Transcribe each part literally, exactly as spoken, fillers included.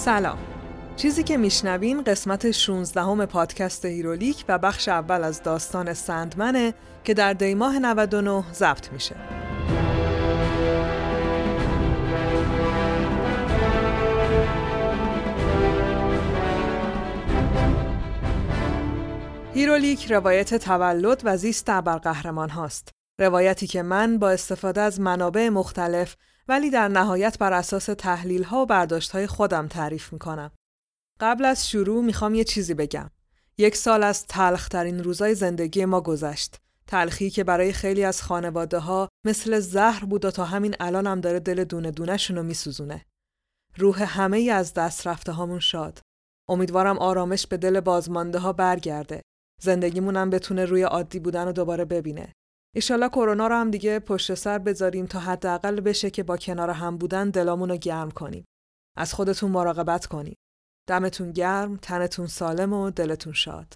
سلام. چیزی که میشنوین قسمت شانزدهم پادکست هیرولیک و بخش اول از داستان سندمنه که در دی ماه نود و نه ضبط میشه. هیرولیک روایت تولد و زیست ابرقهرمان هاست. روایتی که من با استفاده از منابع مختلف ولی در نهایت بر اساس تحلیل ها و برداشت های خودم تعریف میکنم. قبل از شروع میخوام یه چیزی بگم. یک سال از تلخ‌ترین روزای زندگی ما گذشت. تلخی که برای خیلی از خانواده ها مثل زهر بود و تا همین الان هم داره دل دونه دونه شونو میسوزونه. روح همه ای از دست رفته هامون شاد. امیدوارم آرامش به دل بازمانده ها برگرده. زندگیمون هم بتونه روی عادی بودن رو دوباره ببینه. ایشالا کرونا رو هم دیگه پشت سر بذاریم تا حداقل بشه که با کنار هم بودن دلامون رو گرم کنیم. از خودتون مراقبت کنیم. دمتون گرم، تنتون سالم و دلتون شاد.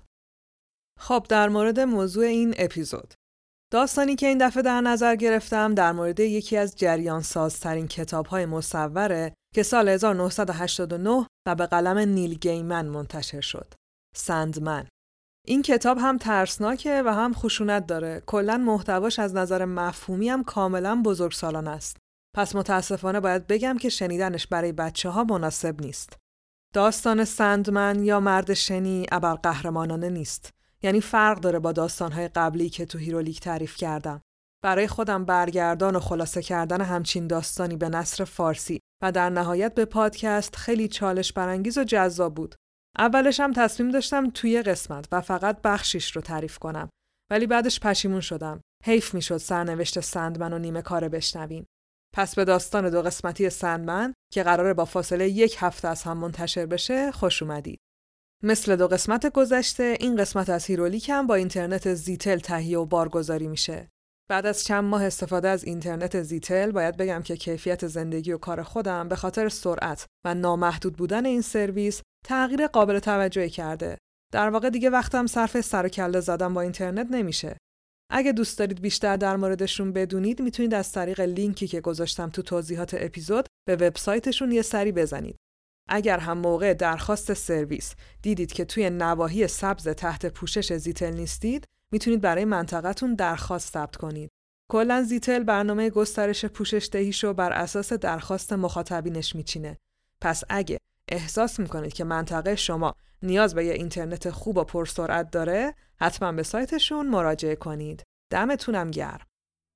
خب در مورد موضوع این اپیزود. داستانی که این دفعه در نظر گرفتم در مورد یکی از جریان سازترین کتاب‌های مصوره که سال هزار و نهصد و هشتاد و نه و به قلم نیل گیمن منتشر شد. سندمن. این کتاب هم ترسناکه و هم خشونت داره. کلاً محتواش از نظر مفهومی هم کاملاً بزرگسالانه است. پس متاسفانه باید بگم که شنیدنش برای بچه‌ها مناسب نیست. داستان سندمن یا مرد شنی ابرقهرمانانه نیست. یعنی فرق داره با داستان‌های قبلی که تو هیرولیک تعریف کردم. برای خودم برگردان و خلاصه کردن همچین داستانی به نثر فارسی و در نهایت به پادکست خیلی چالش برانگیز و جذاب بود. اولش هم تصمیم داشتم توی قسمت و فقط بخشیش رو تعریف کنم. ولی بعدش پشیمون شدم. حیف میشد سرنوشت سندمن و نیمه کاره بشنوین. پس به داستان دو قسمتی سندمن که قراره با فاصله یک هفته از هم منتشر بشه خوش اومدید. مثل دو قسمت گذشته این قسمت از هیرولیک هم با اینترنت زیتل تهیه و بارگذاری میشه. بعد از چند ماه استفاده از اینترنت زیتل باید بگم که کیفیت زندگی و کار خودم به خاطر سرعت و نامحدود بودن این سرویس تغییر قابل توجهی کرده. در واقع دیگه وقتم صرف سر و کله زدن با اینترنت نمیشه. اگه دوست دارید بیشتر در موردشون بدونید میتونید از طریق لینکی که گذاشتم تو توضیحات اپیزود به وبسایتشون یه سری بزنید. اگر هم موقع درخواست سرویس دیدید که توی نواحی سبز تحت پوشش زیتل نیستید، میتونید برای منطقه‌تون درخواست ثبت کنید. کلاً زیتل برنامه گسترش پوشش دهیشو بر اساس درخواست مخاطبینش میچینه. پس اگه احساس میکنید که منطقه شما نیاز به یه اینترنت خوب و پرسرعت داره، حتما به سایتشون مراجعه کنید. دمتونم گرم.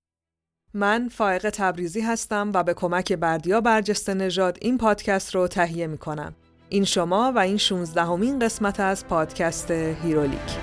من فائق تبریزی هستم و به کمک بردیا برجسته نژاد این پادکست رو تهیه میکنم. این شما و این شانزدهمین قسمت از پادکست هیرولیک.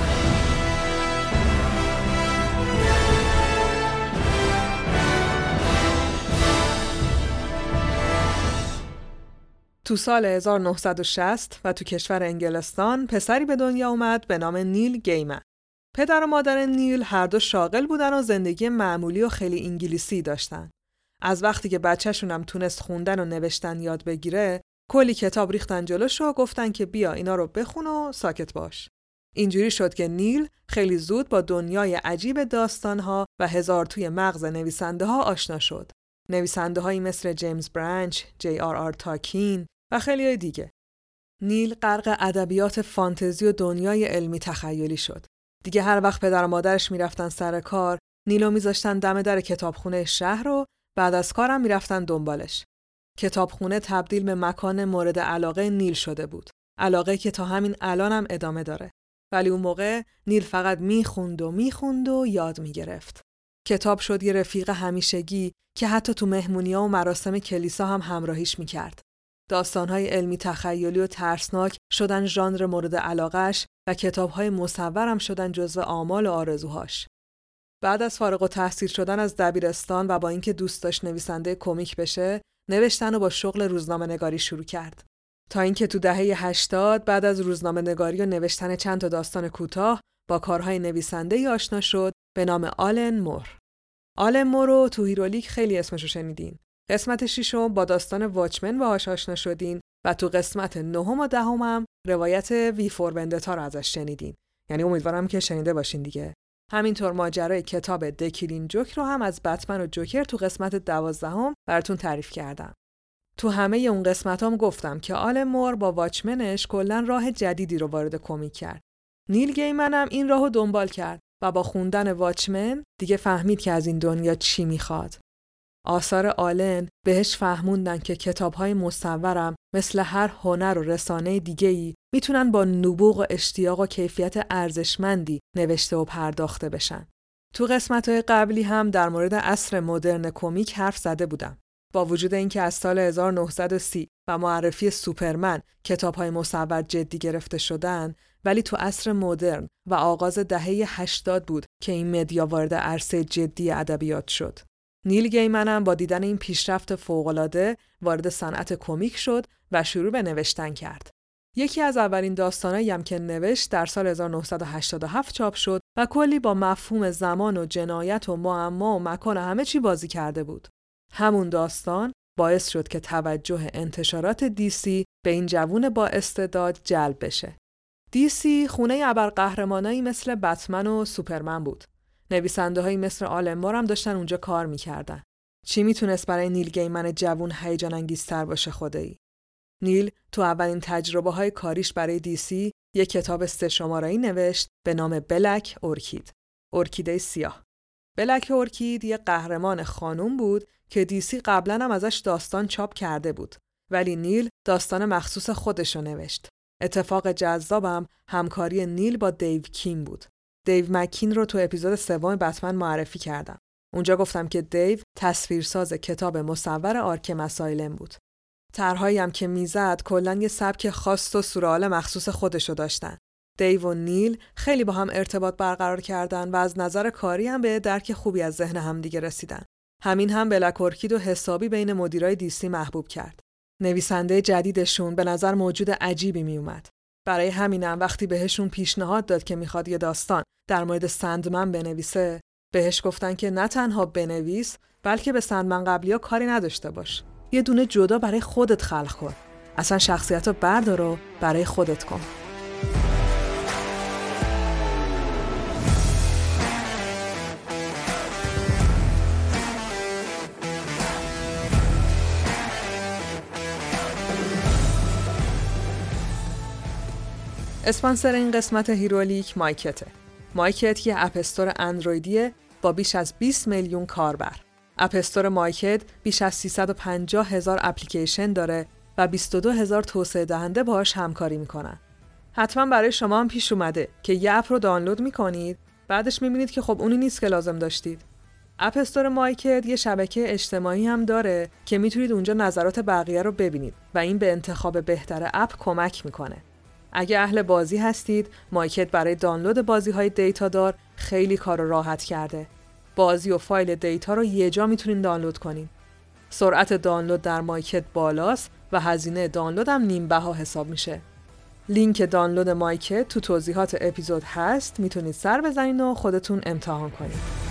تو سال هزار و نهصد و شصت و تو کشور انگلستان پسری به دنیا اومد به نام نیل گیمن. پدر و مادر نیل هر دو شاغل بودن و زندگی معمولی و خیلی انگلیسی داشتن. از وقتی که بچه‌شون هم تونست خوندن و نوشتن یاد بگیره، کلی کتاب ریختن جلوش و گفتن که بیا اینا رو بخون و ساکت باش. اینجوری شد که نیل خیلی زود با دنیای عجیب داستان‌ها و هزار توی مغز نویسنده‌ها آشنا شد. نویسنده‌هایی مثل جیمز برانچ، جی آر آر تاکین و خیلی‌های دیگه. نیل غرق ادبیات فانتزی و دنیای علمی تخیلی شد. دیگه هر وقت پدر و مادرش میرفتن سر کار، نیلو میذاشتن دم در کتابخونه شهر و بعد از کارم میرفتن دنبالش. کتابخونه تبدیل به مکان مورد علاقه نیل شده بود. علاقه که تا همین الانم ادامه داره. ولی اون موقع نیل فقط میخوند و میخوند و یاد میگرفت. کتاب شد یه رفیق همیشگی که حتی تو مهمونی‌ها و مراسم کلیسا هم همراهیش میکرد. داستان‌های علمی تخیلی و ترسناک شدن ژانر مورد علاقه‌اش و کتاب‌های مصور هم شدن جزو آمال و آرزوهاش. بعد از فارغ التحصیل شدن از دبیرستان و با اینکه دوست داشت نویسنده کمیک بشه، نوشتن و با شغل روزنامه‌نگاری شروع کرد. تا اینکه تو دهه هشتاد بعد از روزنامه‌نگاری و نوشتن چند تا داستان کوتاه با کارهای نویسنده‌ای آشنا شد به نام آلن مور. آلن مور رو تو هیرولیک خیلی اسمشو شنیدین. قسمت ششم با داستان واچمن باهاش آشنا شدین و تو قسمت نهم و دهم هم روایت وی فور وندتا رو ازش شنیدین. یعنی امیدوارم که شنیده باشین دیگه. همینطور ماجرای کتاب دکیلین جوک رو هم از بتمن و جوکر تو قسمت دوازدهم براتون تعریف کردم. تو همه اون قسمتام گفتم که آلن مور با واچمنش کلاً راه جدیدی رو وارد کمیک کرد. نیل گیمن هم این راهو دنبال کرد و با خوندن واچمن دیگه فهمید که از این دنیا چی میخواد. آثار آلن بهش فهموندن که کتاب‌های مصورم مثل هر هنر و رسانه دیگه‌ای میتونن با نبوغ و اشتیاق و کیفیت ارزشمندی نوشته و پرداخته بشن. تو قسمت‌های قبلی هم در مورد عصر مدرن کمیک حرف زده بودم. با وجود اینکه از سال هزار و نهصد و سی و معرفی سوپرمن کتاب‌های مصور جدی گرفته شدن، ولی تو عصر مدرن و آغاز دهه هشتاد بود که این مدیا وارد عرصه جدی ادبیات شد. نیل گیمن هم با دیدن این پیشرفت فوق‌العاده وارد صنعت کمیک شد و شروع به نوشتن کرد. یکی از اولین داستانایی هم که نوشت در سال هزار و نهصد و هشتاد و هفت چاپ شد و کلی با مفهوم زمان و جنایت و معما و مکان و همه چی بازی کرده بود. همون داستان باعث شد که توجه انتشارات دی سی به این جوون با استعداد جلب بشه. دی سی خونه ابرقهرمانایی مثل بتمن و سوپرمن بود. نویسنده‌هایی مثل آلن مور هم داشتن اونجا کار می‌کردن. چی میتونست برای نیل گیمن جوون هیجان انگیزتر باشه خدایی؟ نیل تو اولین تجربه‌های کاریش برای دی سی یک کتاب سه شماره‌ای نوشت به نام بلک اورکید. ارکیده سیاه. بلک اورکید یه قهرمان خانوم بود که دی سی قبلا هم ازش داستان چاپ کرده بود. ولی نیل داستان مخصوص خودشو نوشت. اتفاق جذابم همکاری نیل با دیو کین بود. دیو مکین رو تو اپیزود سوم بتمن معرفی کردم. اونجا گفتم که دیو تصویرساز کتاب مصور آرکم اسایلم بود. طرحهایی هم که میزد کلاً یه سبک خاص و سورئال مخصوص خودشو داشتن. دیو و نیل خیلی با هم ارتباط برقرار کردن و از نظر کاری هم به درک خوبی از ذهن هم دیگه رسیدن. همین هم بلک اورکید و حسابی بین مدیرای دی سی محبوب کرد. نویسنده جدیدشون به نظر موجود عجیبی می اومد. برای همینم وقتی بهشون پیشنهاد داد که میخواد یه داستان در مورد سندمن بنویسه، بهش گفتن که نه تنها بنویس، بلکه به سندمن قبلیا کاری نداشته باش. یه دونه جدا برای خودت خلق کن. اصلا شخصیتو بردار و برای خودت کن. اسپانسر این قسمت هیرولیک مایکته. مایکت یه اپ استور اندرویدیه با بیش از بیست میلیون کاربر. اپ استور مایکت بیش از سیصد و پنجاه هزار اپلیکیشن داره و بیست و دو هزار توسعه دهنده باهاش همکاری میکنن. حتما برای شما هم پیش اومده که یه اپ رو دانلود میکنید، بعدش میبینید که خب اونی نیست که لازم داشتید. اپ استور مایکت یه شبکه اجتماعی هم داره که میتونید اونجا نظرات بقیه رو ببینید و این به انتخاب بهتر اپ کمک میکنه. اگه اهل بازی هستید، مایکت برای دانلود بازی‌های دیتا دار خیلی کار راحت کرده. بازی و فایل دیتا رو یه جا میتونین دانلود کنین. سرعت دانلود در مایکت بالاست و هزینه دانلود هم نیم بها حساب میشه. لینک دانلود مایکت تو توضیحات اپیزود هست، میتونید سر بزنین و خودتون امتحان کنید.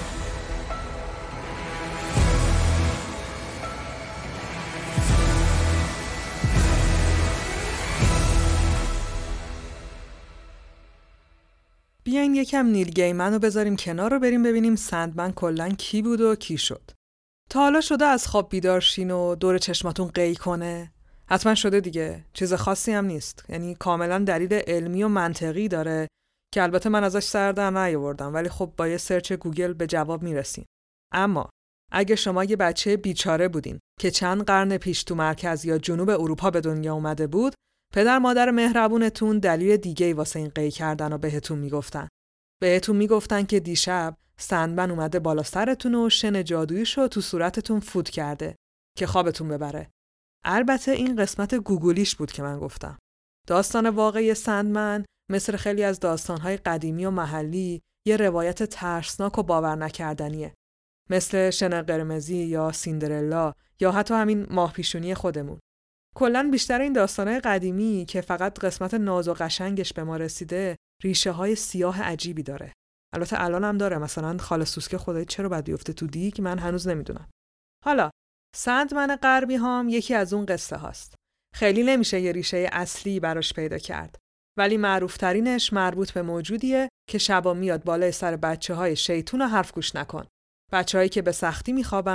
بیاین یکم نیل گیمن رو بذاریم کنار رو بریم ببینیم سندمن کلن کی بود و کی شد. تا حالا شده از خواب بیدار شین و دور چشماتون قی کنه؟ حتما شده دیگه. چیز خاصی هم نیست. یعنی کاملا دلیل علمی و منطقی داره که البته من ازش سر در نیاوردم، ولی خب با یه سرچ گوگل به جواب میرسیم. اما اگه شما یه بچه بیچاره بودین که چند قرن پیش تو مرکز یا جنوب اروپا به دنیا اومده بود، پدر مادر مهربونتون دلیل دیگه‌ای واسه این قی کردن و بهتون میگفتن. بهتون میگفتن که دیشب سندمن اومده بالا سرتون و شن جادوییشو تو صورتتون فوت کرده که خوابتون ببره. البته این قسمت گوگلیش بود که من گفتم. داستان واقعی سندمن مثل خیلی از داستان‌های قدیمی و محلی یه روایت ترسناک و باور نکردنیه. مثل شن قرمزی یا سیندرلا یا حتی همین ماه پیشونی خودمون. کلاً بیشتر این داستان‌های قدیمی که فقط قسمت ناز و قشنگش به ما رسیده، ریشه‌های سیاه عجیبی داره. البته الان هم داره. مثلا خاله سوسکه خدای چرا بعد بیفته تو دیگ من هنوز نمیدونم. حالا سندمن غربی هم یکی از اون قصه هاست. خیلی نمیشه یه ریشه اصلی براش پیدا کرد. ولی معروف‌ترینش مربوط به موجودیه که شبا میاد بالای سر بچه‌های شیطون و حرف گوش نکن. بچه‌هایی که به سختی میخوابن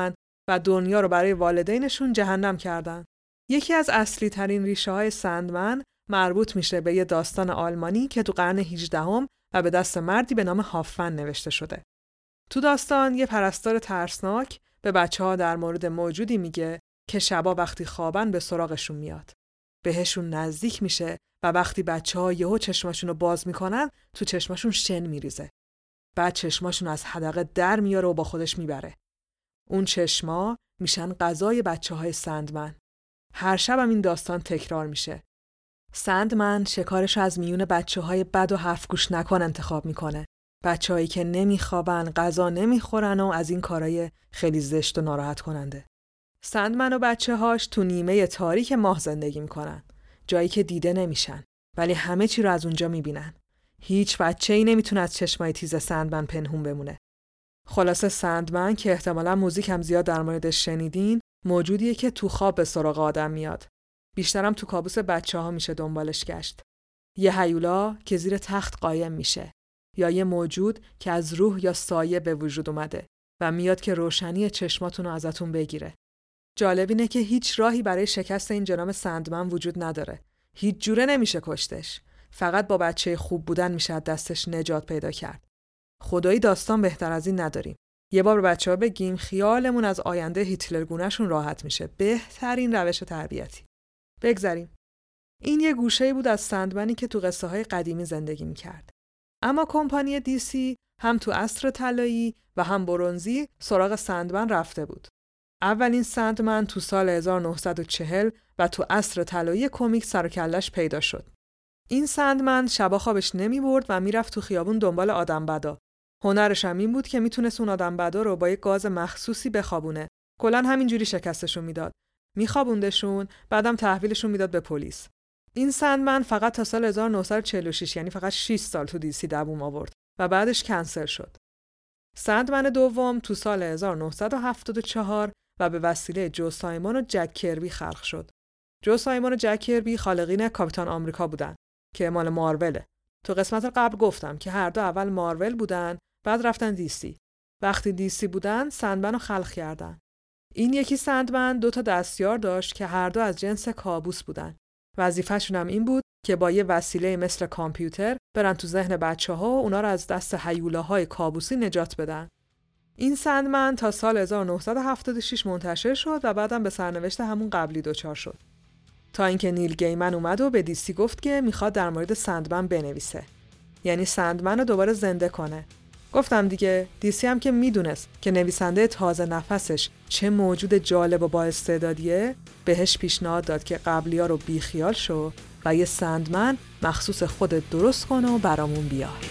و دنیا رو برای والدینشون جهنم کردن. یکی از اصلی ترین ریشه های سندمن مربوط میشه به یه داستان آلمانی که تو قرن هجدهم و به دست مردی به نام هافمن نوشته شده. تو داستان یه پرستار ترسناک به بچه‌ها در مورد موجودی میگه که شبا وقتی خوابن به سراغشون میاد. بهشون نزدیک میشه و وقتی بچه‌ها یهو چشماشون رو باز میکنن تو چشماشون شن میریزه. بعد چشماشون از حدقه در میاره و با خودش میبره. اون چشما میشن غذای بچه‌های سندمن. هر شب هم این داستان تکرار میشه. سندمن شکارش از میون بچه‌های بد و حرف گوش نکن انتخاب میکنه. بچه‌هایی که نمیخوابن، غذا نمیخورن و از این کارهای خیلی زشت و ناراحت کننده. سندمن و بچه‌هاش تو نیمه تاریک ماه زندگی میکنن. جایی که دیده نمیشن، ولی همه چی رو از اونجا میبینن. هیچ بچه‌ای نمیتونه از چشمای تیز سندمن پنهون بمونه. خلاصه سندمن که احتمالاً موزیک هم زیاد در موردش شنیدین، موجودیه که تو خواب به سراغ آدم میاد. بیشترم تو کابوس بچه‌ها میشه دنبالش گشت. یه هیولا که زیر تخت قایم میشه، یا یه موجود که از روح یا سایه به وجود اومده و میاد که روشنی چشماتون رو ازتون بگیره. جالب اینه که هیچ راهی برای شکست این جناب سندمن وجود نداره. هیچ جوره نمیشه کشتش. فقط با بچه خوب بودن میشه دستش نجات پیدا کرد. خدایی داستان بهتر از این نداریم. یه بار به بچه‌ها بگیم خیالمون از آینده هیتلرگونه‌شون راحت میشه. بهترین روش تربیتی. بگذریم. این یه گوشه‌ای بود از سندمنی که تو قصه‌های قدیمی زندگی می‌کرد. اما کمپانی دی سی هم تو عصر طلایی و هم برنزی سراغ سندمن رفته بود. اولین سندمن تو سال هزار و نهصد و چهل و تو عصر طلایی کمیک سر و کله‌اش پیدا شد. این سندمن شبا خوابش نمی‌برد و میرفت تو خیابون دنبال آدم بدا. هنرش هم این بود که میتونست اون آدم بدا رو با یک گاز مخصوصی بخوابونه. کلاً همینجوری شکستشون میداد. میخوابوندشون، بعدم تحویلشون میداد به پلیس. این سندمن فقط تا سال هزار و نهصد و چهل و شش، یعنی فقط شش سال تو دی سی دووم آورد و بعدش کنسل شد. سندمن دوم تو سال هزار و نهصد و هفتاد و چهار و به وسیله جو سایمون و جک کربی خلق شد. جو سایمون و جک کربی خالقین کاپیتان آمریکا بودن که مال ماروله. تو قسمت قبل گفتم که هر دو اول مارول بودن، بعد رفتن دی سی. وقتی دی سی بودن، سندمن رو خلق کردن. این یکی سندمن دو تا دستیار داشت که هر دو از جنس کابوس بودن. وظیفه‌شون هم این بود که با یه وسیله مثل کامپیوتر برن تو ذهن بچه‌ها و اونا رو از دست هیولاهای کابوسی نجات بدن. این سندمن تا سال هزار و نهصد و هفتاد و شش منتشر شد و بعدم به سرنوشت همون قبلی دچار شد. تا اینکه نیل گیمن اومد و به دی سی گفت که میخواد در مورد سندمن بنویسه. یعنی سندمن رو دوباره زنده کنه. گفتم دیگه، دی سی هم که میدونست که نویسنده تازه نفسش چه موجود جالب و با استعدادیه، بهش پیشنهاد داد که قبلی‌ها رو بیخیال شو و یه سندمن مخصوص خودت درست کن و برامون بیار.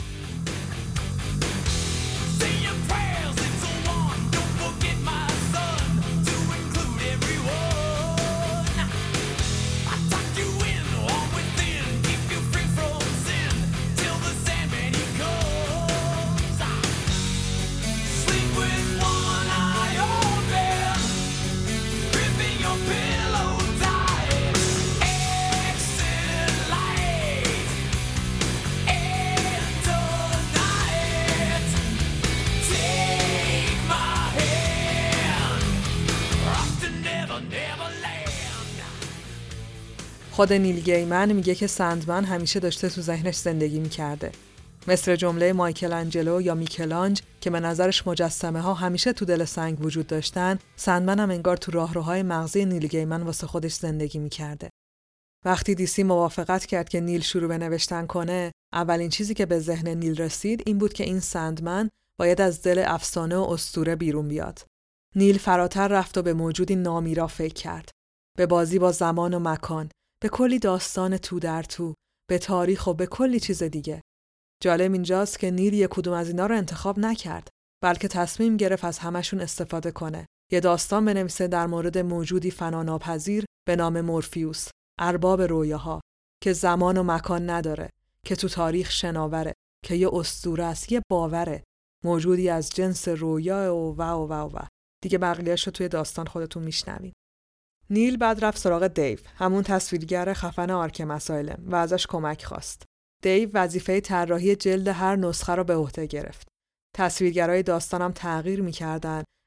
خود نیل گیمن میگه که سندمن همیشه داشته تو ذهنش زندگی میکرده. مثل جمله مایکل انجلو یا میکلانج که به نظرش مجسمه ها همیشه تو دل سنگ وجود داشتن، سندمن هم انگار تو راهروهای مغزی نیل گیمن واسه خودش زندگی میکرده. وقتی دی سی موافقت کرد که نیل شروع به نوشتن کنه، اولین چیزی که به ذهن نیل رسید این بود که این سندمن باید از دل افسانه و اسطوره بیرون بیاد. نیل فراتر رفت و به موجودی نامیرا فکر کرد. به بازی با زمان و مکان، به کلی داستان تو در تو، به تاریخ و به کلی چیز دیگه. جالب اینجاست که نیل یک کدوم از اینا رو انتخاب نکرد، بلکه تصمیم گرفت از همشون استفاده کنه. یه داستان بنویسه در مورد موجودی فناناپذیر به نام مورفیوس، ارباب رویاها، که زمان و مکان نداره، که تو تاریخ شناوره، که یه اسطوره است، یه باوره، موجودی از جنس رویا و و و و, و. دیگه بقیه‌اش رو توی داستان خودتون میشنوید. نیل بعد رفت سراغ دیو، همون تصویرگر خفن آرکم اسایلم، و ازش کمک خواست. دیو وظیفه طراحی جلد هر نسخه رو به عهده گرفت. تصویرگرای داستانم تغییر می‌کردن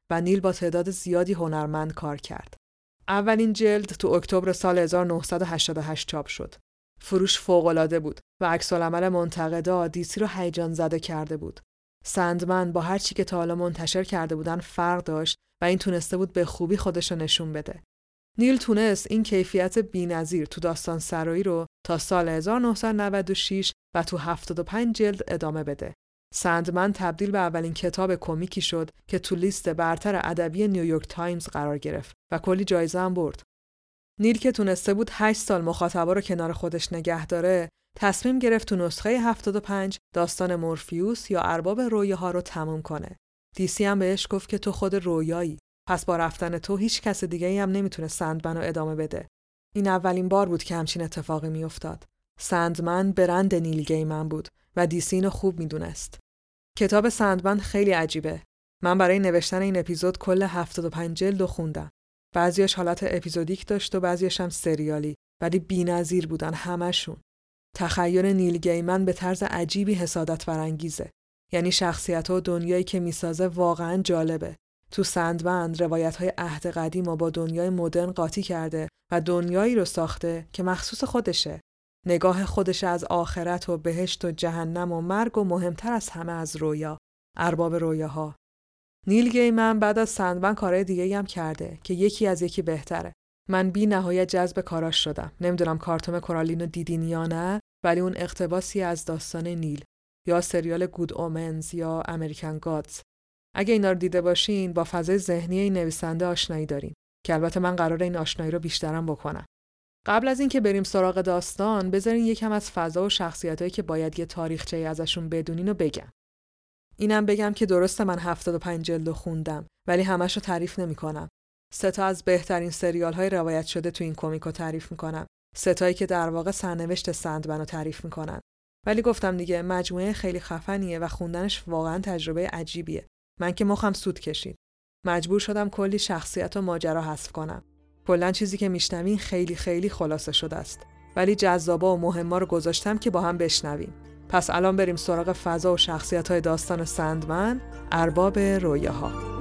و نیل با تعداد زیادی هنرمند کار کرد. اولین جلد تو اکتبر سال هزار و نهصد و هشتاد و هشت چاپ شد. فروش فوق‌العاده بود و عکس‌العمل منتقدا دیسی رو هیجان زده کرده بود. سندمن با هر چی که تا حالا منتشر کرده بودن فرق داشت و این تونسته بود به خوبی خودش رو نشون بده. نیل تونست این کیفیت بی‌نظیر تو داستان سرایی رو تا سال هزار و نهصد و نود و شش و تو هفتاد و پنج جلد ادامه بده. سندمن تبدیل به اولین کتاب کمیکی شد که تو لیست برتر ادبی نیویورک تایمز قرار گرفت و کلی جایزه هم برد. نیل که تونسته بود هشت سال مخاطبا رو کنار خودش نگه داره، تصمیم گرفت تو نسخه هفتاد و پنج داستان مورفیوس یا ارباب رویاها رو تموم کنه. دیسی هم بهش گفت که تو خود رویایی، پس با رفتن تو هیچ کس دیگه‌ای هم نمیتونه سندمن رو ادامه بده. این اولین بار بود که همچین اتفاقی میافتاد. سندمن برند نیل گیمن بود و دیسی اینو خوب میدونست. کتاب سندمن خیلی عجیبه. من برای نوشتن این اپیزود کل هفتاد و پنج جلد رو خوندم. بعضیاش حالت اپیزودیک داشت و بعضیاش هم سریالی، ولی بی‌نظیر بودن همشون. تخیل نیل گیمن به طرز عجیبی حسادت برانگیزه. یعنی شخصیت‌ها و دنیایی که میسازه واقعاً جالبه. تو سندمن روایت‌های عهد قدیم رو با دنیای مدرن قاطی کرده و دنیایی رو ساخته که مخصوص خودشه. نگاه خودش از آخرت و بهشت و جهنم و مرگ و مهمتر از همه از رویا، ارباب رویاها. نیل گیمن بعد از سندمن کارهای دیگه‌ای هم کرده که یکی از یکی بهتره. من بی نهایت جذب کاراش شدم. نمیدونم کارتون کورالینو دیدین یا نه، ولی اون اقتباسی از داستان نیل یا سریال گود اومنز یا امریکن گادز. اگه اینا رو دیده باشین با فضای ذهنی این نویسنده آشنایی دارین که البته من قراره این آشنایی رو بیشترم بکنم. قبل از اینکه بریم سراغ داستان، بذارین یکم از فضا و شخصیتایی که باید یه تاریخچه ازشون بدونین رو بگم. اینم بگم که درسته من هفتاد و پنج جلد خوندم، ولی همه‌شو تعریف نمی‌کنم. سه تا از بهترین سریال‌های روایت شده تو این کمیکو تعریف می‌کنم. سه تایی که در واقع سرنوشت سندمن رو تعریف می‌کنن. ولی گفتم دیگه مجموعه خیلی خفنیه و خوندنش واقعاً تجربه عجیبیه. من که مخم سود کشید. مجبور شدم کلی شخصیت و ماجرا حذف کنم. کلاً چیزی که میشنوین خیلی خیلی خلاصه شده است. ولی جذابا و مهما رو گذاشتم که با هم بشنویم. پس الان بریم سراغ فضا و شخصیت‌های داستان سندمن، ارباب رویاها.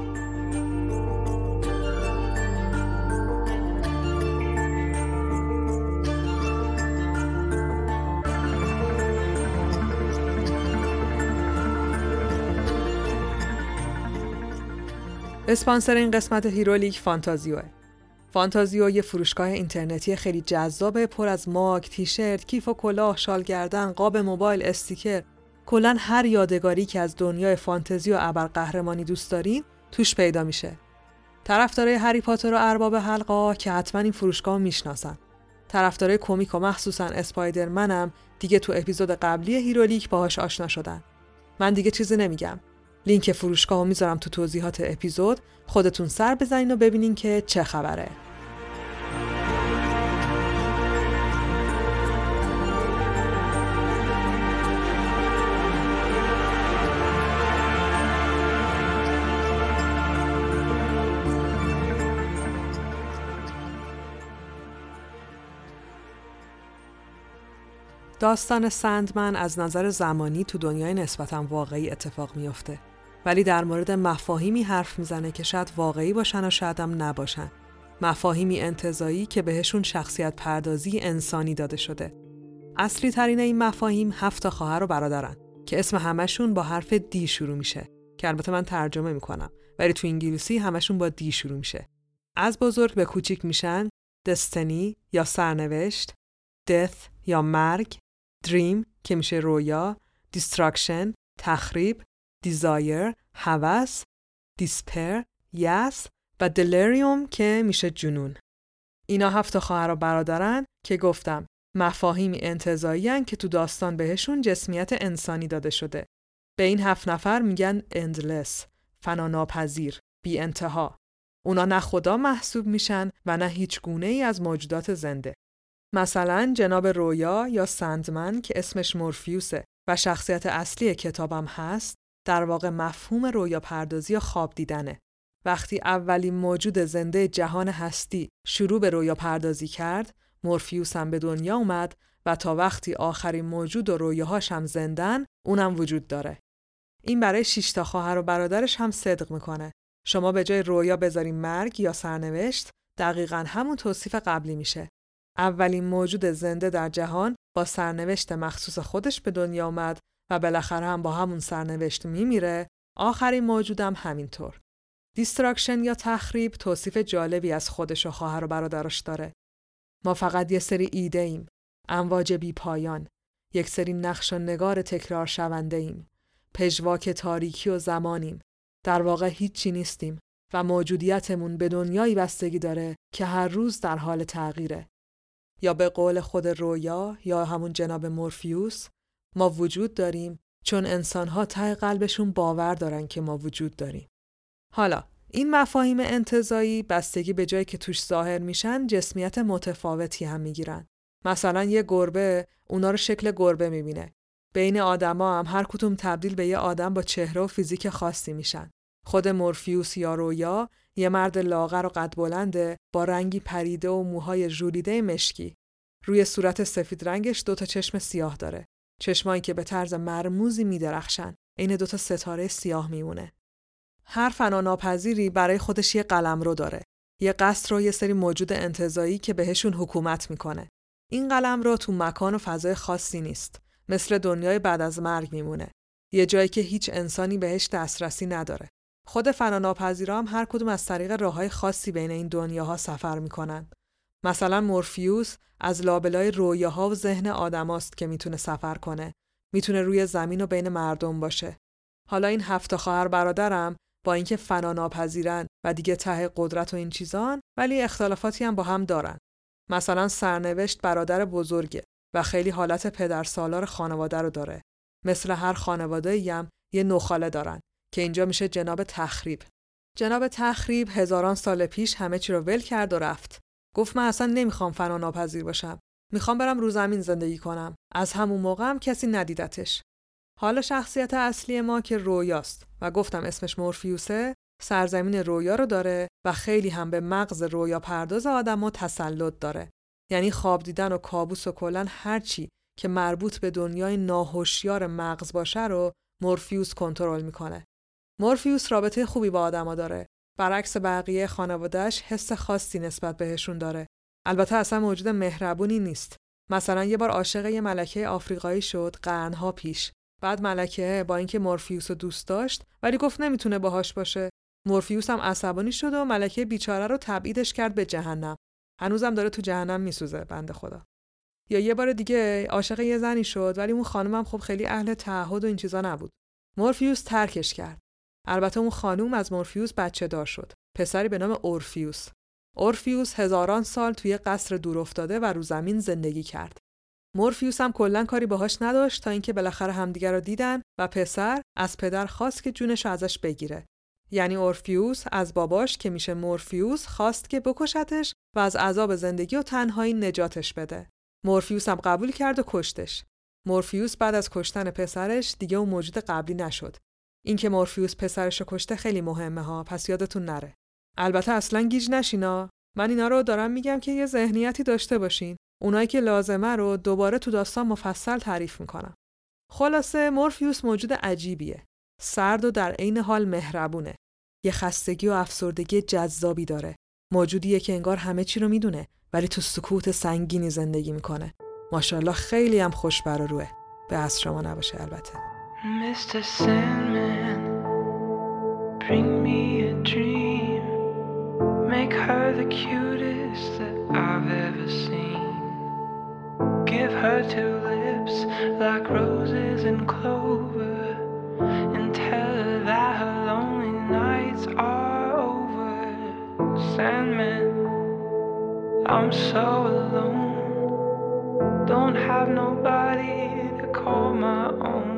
اسپانسر این قسمت هیرولیک فانتازیوه. فانتازیو یه فروشگاه اینترنتی خیلی جذابه، پر از ماگ، تیشرت، کیف و کلاه، شال گردن، قاب موبایل، استیکر. کلاً هر یادگاری که از دنیای فانتزی و ابرقهرمانی دوست دارین توش پیدا میشه. طرفدارای هری پاتر و ارباب حلقا که حتما این فروشگاهو میشناسن. طرفدارای کمیک و مخصوصاً اسپایدرمنم دیگه تو اپیزود قبلی هیرولیک باهاش آشنا شدن. من دیگه چیزی نمیگم. لینک فروشگاهو میذارم تو توضیحات اپیزود، خودتون سر بزنین و ببینین که چه خبره. داستان سندمن از نظر زمانی تو دنیای نسبتاً واقعی اتفاق میفته، ولی در مورد مفاهیمی حرف میزنه که شاید واقعی باشن و شاید هم نباشن. مفاهیمی انتزاعی که بهشون شخصیت پردازی انسانی داده شده. اصلی ترین این مفاهیم هفت خواهر و برادرن که اسم همشون با حرف دی شروع میشه که البته من ترجمه میکنم، ولی تو انگلیسی همشون با دی شروع میشه. از بزرگ به کوچیک میشن دستنی یا سرنوشت، دث یا مرگ، دریم که میشه رویا، دیستراکشن تخریب، دیزایر هوس، دیسپر یأس و دلیریوم که میشه جنون. اینا هفت خواهر و برادرن که گفتم مفاهیمی انتزاعی هن که تو داستان بهشون جسمیت انسانی داده شده. به این هفت نفر میگن اندلس، فناناپذیر، بی انتها. اونا نه خدا محسوب میشن و نه هیچ گونه ای از موجودات زنده. مثلا جناب رویا یا سندمن که اسمش مورفیوسه و شخصیت اصلی کتابم هست، در واقع مفهوم رویا پردازی یا خواب دیدنه. وقتی اولین موجود زنده جهان هستی شروع به رویا پردازی کرد، مورفیوس هم به دنیا اومد و تا وقتی آخرین موجود و رویاهاش هم زندن، اونم وجود داره. این برای شش تا خواهر و برادرش هم صدق میکنه. شما به جای رویا بذارین مرگ یا سرنوشت، دقیقاً همون توصیف قبلی میشه. اولین موجود زنده در جهان با سرنوشت مخصوص خودش به دنیا اومد و بالاخره هم با همون سرنوشت میمیره. آخرین موجودم همینطور. دیستراکشن یا تخریب توصیف جالبی از خودش و خواهر و برادرش داره. ما فقط یه سری ایده ایم، امواج بی پایان، یک سری نقش و نگار تکرار شونده ایم، پژواک تاریکی و زمانیم. در واقع هیچی نیستیم و موجودیتمون به دنیایی بستگی داره که هر روز در حال تغییره. یا به قول خود رویا یا همون جناب مورفیوس، ما وجود داریم چون انسان‌ها ته قلبشون باور دارن که ما وجود داریم. حالا این مفاهیم انتزاعی بستگی به جایی که توش ظاهر میشن جسمیت متفاوتی هم میگیرن. مثلا یه گربه اونا رو شکل گربه میبینه. بین آدما هم هر کدوم تبدیل به یه آدم با چهره و فیزیک خاصی میشن. خود مورفیوس یا رویا یه مرد لاغر و قد بلنده با رنگی پریده و موهای ژولیده مشکی. روی صورت سفید رنگش دوتا چشم سیاه داره. چشمایی که به طرز مرموزی میدرخشن. عین دوتا ستاره سیاه میمونه. هر فناناپذیری برای خودش یه قلمرو داره. یه قصر و یه سری موجود انتزاعی که بهشون حکومت میکنه. این قلمرو تو مکان و فضای خاصی نیست. مثل دنیای بعد از مرگ میمونه. یه جایی که هیچ انسانی بهش دسترسی نداره. خود فناناپذیرا هم هر کدوم از طریق راههای خاصی بین این دنیاها سفر میکنن. مثلا مورفیوس از لابلای رویاها و ذهن آدماست که میتونه سفر کنه. میتونه روی زمین و بین مردم باشه. حالا این هفت خواهر برادرم با اینکه فناناپذیرن و دیگه ته قدرت و این چیزان، ولی اختلافاتی هم با هم دارن. مثلا سرنوشت برادر بزرگه و خیلی حالت پدرسالار خانواده رو داره. مثل هر خانواده‌ای هم یه نوخاله دارن که اینجا میشه جناب تخریب. جناب تخریب هزاران سال پیش همه چی رو ول کرد و رفت. گفت من اصلا نمیخوام فناناپذیر باشم. میخوام برم رو زمین زندگی کنم. از همون موقع هم کسی ندیدتش. حالا شخصیت اصلی ما که رویاست و گفتم اسمش مورفیوسه، سرزمین رویا رو داره و خیلی هم به مغز رویا پرداز آدمو تسلط داره. یعنی خواب دیدن و کابوس و کلاً هر چی که مربوط به دنیای ناهوشیار مغز باشه رو مورفیوس کنترل میکنه. مورفیوس رابطه خوبی با آدما داره. برعکس بقیه خانواده‌اش حس خاصی نسبت بهشون داره. البته اصلا موجود مهربونی نیست. مثلا یه بار عاشق یه ملکه آفریقایی شد قرنها پیش. بعد ملکه با اینکه مورفیوس رو دوست داشت ولی گفت نمیتونه باهاش باشه. مورفیوس هم عصبانی شد و ملکه بیچاره رو تبعیدش کرد به جهنم. هنوزم داره تو جهنم میسوزه بنده خدا. یا یه بار دیگه عاشق یه زنی شد ولی اون خانومم خب خیلی اهل تعهد و این چیزا نبود. مورفیوس ترکش کرد. البته اون خانوم از مورفیوس بچه دار شد. پسری به نام اورفیوس. اورفیوس هزاران سال توی قصر دور افتاده و رو زمین زندگی کرد. مورفیوس هم کلاً کاری باهاش نداشت تا اینکه بالاخره همدیگر رو دیدن و پسر از پدر خواست که جونش رو ازش بگیره. یعنی اورفیوس از باباش که میشه مورفیوس خواست که بکشتش و از عذاب زندگی و تنهایی نجاتش بده. مورفیوس هم قبول کرد و کشتش. مورفیوس بعد از کشتن پسرش دیگه اون موجود قبلی نشد. این که مورفیوس پسرش رو کشته خیلی مهمه ها، پس یادتون نره. البته اصلاً گیج نشینا. من اینا رو دارم میگم که یه ذهنیتی داشته باشین. اونایی که لازمه رو دوباره تو داستان مفصل تعریف میکنم. خلاصه مورفیوس موجود عجیبیه. سرد و در عین حال مهربونه. یه خستگی و افسردگی جذابی داره. موجودیه که انگار همه چی رو میدونه ولی تو سکوت سنگینی زندگی میکنه. ماشاءالله خیلی هم خوشبر و روه. به از شما نباشه البته. Mister Sandman, bring me a dream. Make her the cutest that I've ever seen. Give her two lips like roses and clover, and tell her that her lonely nights are over. Sandman, I'm so alone. Don't have nobody to call my own.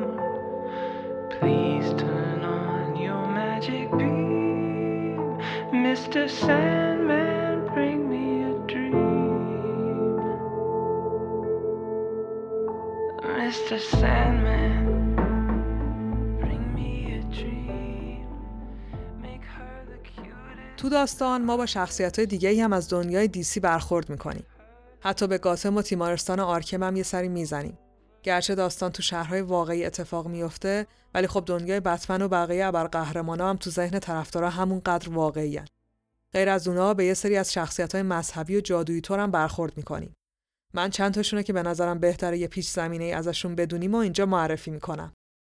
Please turn on your magic beam. Mister Sandman, bring me a dream. Mister Sandman, bring me a dream. Make her the cutest. تو داستان ما با شخصیت‌های دیگه‌ای هم از دنیای دی سی برخورد می‌کنیم. حتی به گاتم و تیمارستان آرکم هم یه سری میزنیم. گرچه داستان تو شهرهای واقعی اتفاق میفته، ولی خب دنیای بتمن و بقیه ابرقهرمانا هم تو ذهن طرفدارا همونقدر واقعی‌ان. غیر از اونها به یه سری از شخصیت‌های مذهبی و جادویی طور هم برخورد می‌کنیم. من چند تاشونه که به نظرم بهتره یه پیش زمینه‌ای ازشون بدونیم و اینجا معرفی می‌کنم.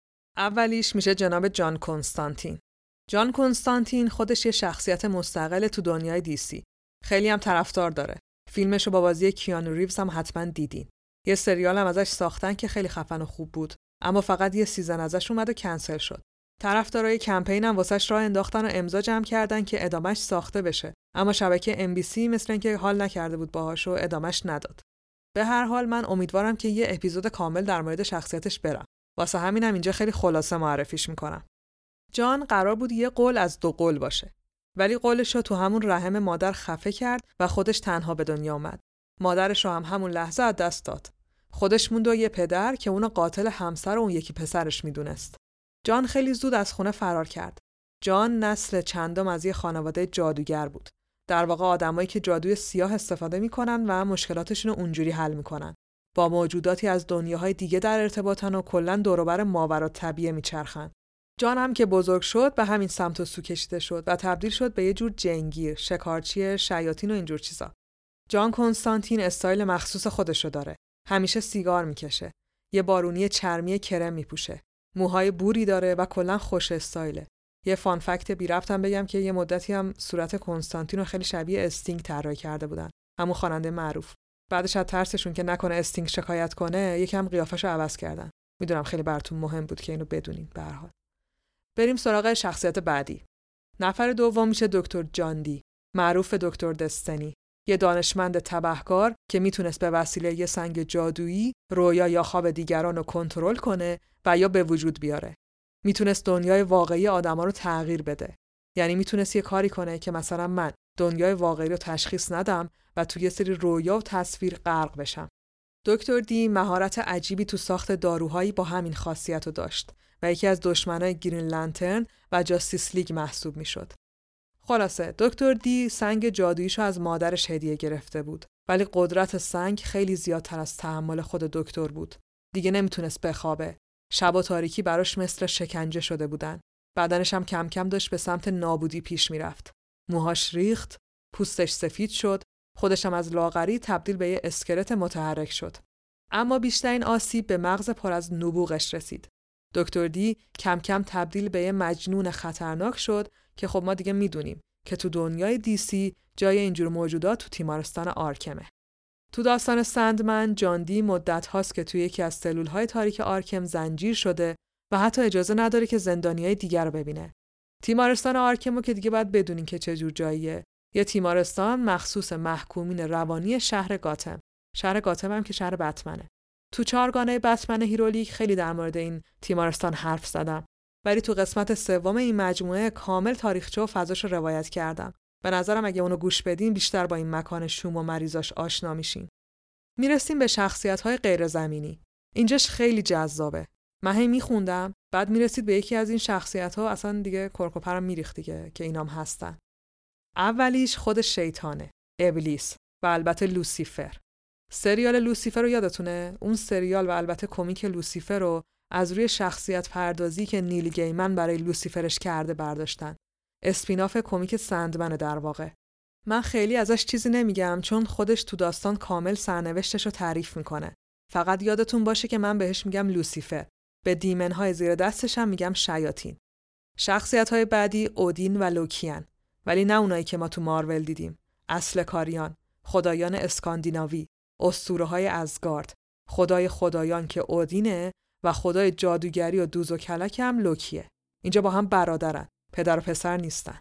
اولیش میشه جناب جان کنستانتین. جان کنستانتین خودش یه شخصیت مستقل تو دنیای دی سی. خیلی هم طرفدار داره. فیلمشو با بازی کیانو ریوز هم حتما دیدین. یه سریال هم ازش ساختن که خیلی خفن و خوب بود، اما فقط یه سیزن ازش اومد و کنسل شد. طرفدارای کمپین هم واسش راه انداختن و امضا جمع کردن که ادامش ساخته بشه، اما شبکه ام بی سی مثل اینکه حال نکرده بود باهاش و ادامش نداد. به هر حال من امیدوارم که یه اپیزود کامل در مورد شخصیتش برم. واسه همینم اینجا خیلی خلاصه معرفیش میکنم. جان قرار بود یه قول از دو قول باشه، ولی قولش رو تو همون رحم مادر خفه کرد و خودش تنها به دنیا اومد. مادرش رو هم همون لحظه از دست داد. خودش موند و یه پدر که اونو قاتل همسر و اون یکی پسرش میدونست. جان خیلی زود از خونه فرار کرد. جان نسل چندم از یه خانواده جادوگر بود. در واقع آدمایی که جادوی سیاه استفاده میکنن و مشکلاتشون رو اونجوری حل میکنن. با موجوداتی از دنیاهای دیگه در ارتباطن و کلاً دور و بر ماورالطبیعه میچرخن. جان هم که بزرگ شد به همین سمت و سو کشیده شد و تبدیل شد به یه جور جنگیر، شکارچی، شیاطین و اینجور چیزا. جان کنستانتین استایل مخصوص خودشو داره. همیشه سیگار میکشه. یه بارونی چرمی کرم میپوشه. موهای بوری داره و کلاً خوش استایله. یه فان فکت بی ربطم بگم که یه مدتی هم صورت کنستانتین رو خیلی شبیه استینگ طراحی کرده بودن. همون خواننده معروف. بعدش از ترسشون که نکنه استینگ شکایت کنه، یکم قیافه‌شو عوض کردن. میدونم خیلی براتون مهم بود که اینو بدونین به هر حال. بریم سراغ شخصیت بعدی. نفر دوم میشه دکتر جان دی، معروف دکتر دستنی. یه دانشمند تبهکار که میتونست به وسیله یه سنگ جادویی رویا یا خواب دیگران رو کنترل کنه و یا به وجود بیاره. میتونست دنیای واقعی آدما رو تغییر بده. یعنی میتونست یه کاری کنه که مثلا من دنیای واقعی رو تشخیص ندم و توی یه سری رویا و تصویر غرق بشم. دکتر دی مهارت عجیبی تو ساخت داروهایی با همین خاصیت رو داشت و یکی از دشمنای گرین لنترن و جاستیس لیگ محسوب میشد. خلاصه دکتر دی سنگ جادوییشو از مادرش هدیه گرفته بود، ولی قدرت سنگ خیلی زیادتر از تحمل خود دکتر بود. دیگه نمیتونست بخوابه. شب و تاریکی براش مثل شکنجه شده بودن. بدنش هم کم کم داشت به سمت نابودی پیش میرفت. موهاش ریخت، پوستش سفید شد، خودش هم از لاغری تبدیل به یه اسکلت متحرک شد. اما بیشترین آسیب به مغز پر از نبوغش رسید. دکتر دی کم کم تبدیل به یه مجنون خطرناک شد که خب ما دیگه میدونیم که تو دنیای دی سی جای اینجور موجودات تو تیمارستان آرکمه. تو داستان سندمن جان دی مدت هاست که توی یکی از سلول‌های تاریک آرکم زنجیر شده و حتی اجازه نداره که زندانیای دیگر رو ببینه. تیمارستان آرکمو که دیگه باید بدونین که چه جور جاییه. یه تیمارستان مخصوص محکومین روانی شهر گاتم. شهر گاتم هم که شهر بتمنه. تو چهارگانه بتمن هیرولیک خیلی در مورد این تیمارستان حرف زدم. ولی تو قسمت سوم این مجموعه کامل تاریخچه و فضاشو روایت کردم. به نظرم اگه اونو گوش بدین بیشتر با این مکان شوم و مریضاش آشنا میشین. میرسیم به شخصیت‌های غیر زمینی. اینجاش خیلی جذابه. من هی میخوندم، بعد میرسید به یکی از این شخصیت‌ها اصلا دیگه کرکوپرم میریخت دیگه که اینام هستن. اولیش خود شیطانه، ابلیس و البته لوسیفر. سریال لوسیفر رو یادتونه؟ اون سریال و البته کمیک لوسیفر رو از روی شخصیت پردازی که نیل گیمن برای لوسیفرش کرده برداشتن. اسپیناف کمیک سندمن در واقع. من خیلی ازش چیزی نمیگم چون خودش تو داستان کامل سرنوشتش رو تعریف میکنه. فقط یادتون باشه که من بهش میگم لوسیفر. به دیمنهای زیر دستش هم میگم شیاطین. شخصیت‌های بعدی اودین و لوکیان، ولی نه اونایی که ما تو مارول دیدیم. اصل کاریان، خدایان اسکاندیناوی، اسطوره‌های ازگارد، خدای خدایان که اودینه و خدای جادوگری و دوز و کلک هم لوکیه. اینجا با هم برادرن، پدر و پسر نیستن.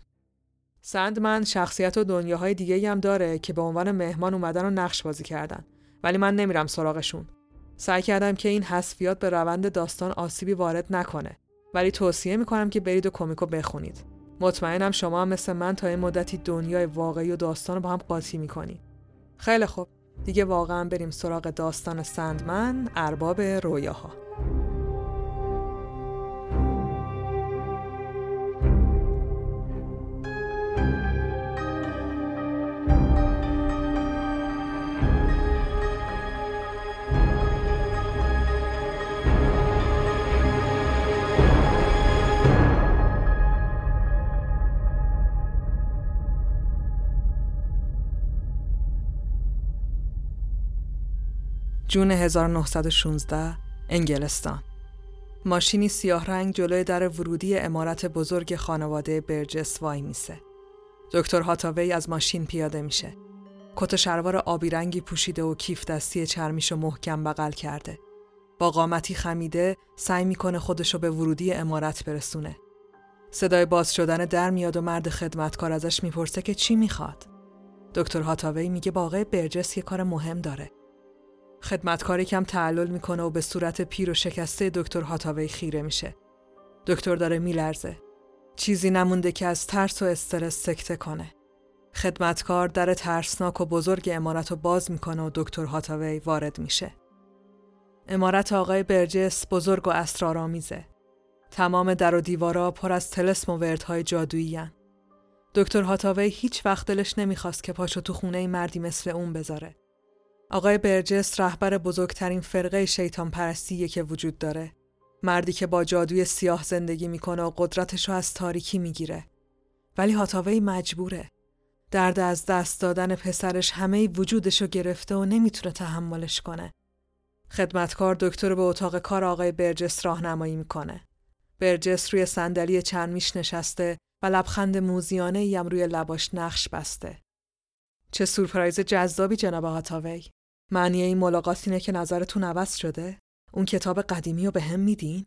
سندمن شخصیت و دنیاهای دیگه‌ای هم داره که به عنوان مهمان اومدن و نقش بازی کردن، ولی من نمیرم سراغشون. سعی کردم که این حذفیات به روند داستان آسیبی وارد نکنه، ولی توصیه میکنم که برید و کمیکو بخونید. مطمئنم شما هم مثل من تا این مدتی دنیای واقعی و داستان رو با هم قاطی میکنید. خیلی خوب، دیگه واقعا بریم سراغ داستان سندمن، ارباب رویاها. جون هزار و نهصد و شانزده، انگلستان. ماشینی سیاه رنگ جلوی در ورودی عمارت بزرگ خانواده برجس وای میسه. دکتر هاتاوی از ماشین پیاده میشه. کت و شلوار آبی رنگی پوشیده و کیف دستی چرمیشو محکم بغل کرده. با قامتی خمیده سعی میکنه خودشو به ورودی عمارت برسونه. صدای باز شدن در میاد و مرد خدمتکار ازش میپرسه که چی میخواد. دکتر هاتاوی میگه با آقای برجس یه کار مهم داره. خدمتکار کم تعلل میکنه و به صورت پیر و شکسته دکتر هاتاوی خیره میشه. دکتر داره میلرزه. چیزی نمونده که از ترس و استرس سکته کنه. خدمتکار در ترسناک و بزرگ عمارت رو باز میکنه و دکتر هاتاوی وارد میشه. عمارت آقای برجس بزرگ و اسرارآمیزه. تمام در و دیوارا پر از طلسم و وردهای جادویی هن. دکتر هاتاوی هیچ وقت دلش نمیخواست که پاشو تو خونه مردی مثل اون بذاره. آقای برجس رهبر بزرگترین فرقه شیطان پرستیه که وجود داره. مردی که با جادوی سیاه زندگی میکنه و قدرتشو از تاریکی میگیره. ولی هاتاوی مجبوره. درد از دست دادن پسرش همه وجودشو گرفته و نمیتونه تحملش کنه. خدمتکار دکتر به اتاق کار آقای برجس راهنمایی میکنه. برجس روی صندلی چرمیش نشسته و لبخند موزیانه‌ای هم روی لباش نقش بسته. چه سورپرایز جذابی جناب هاتاوی. معنی این ملاقات اینه که نظرتون عوض شده؟ اون کتاب قدیمی رو به هم میدین؟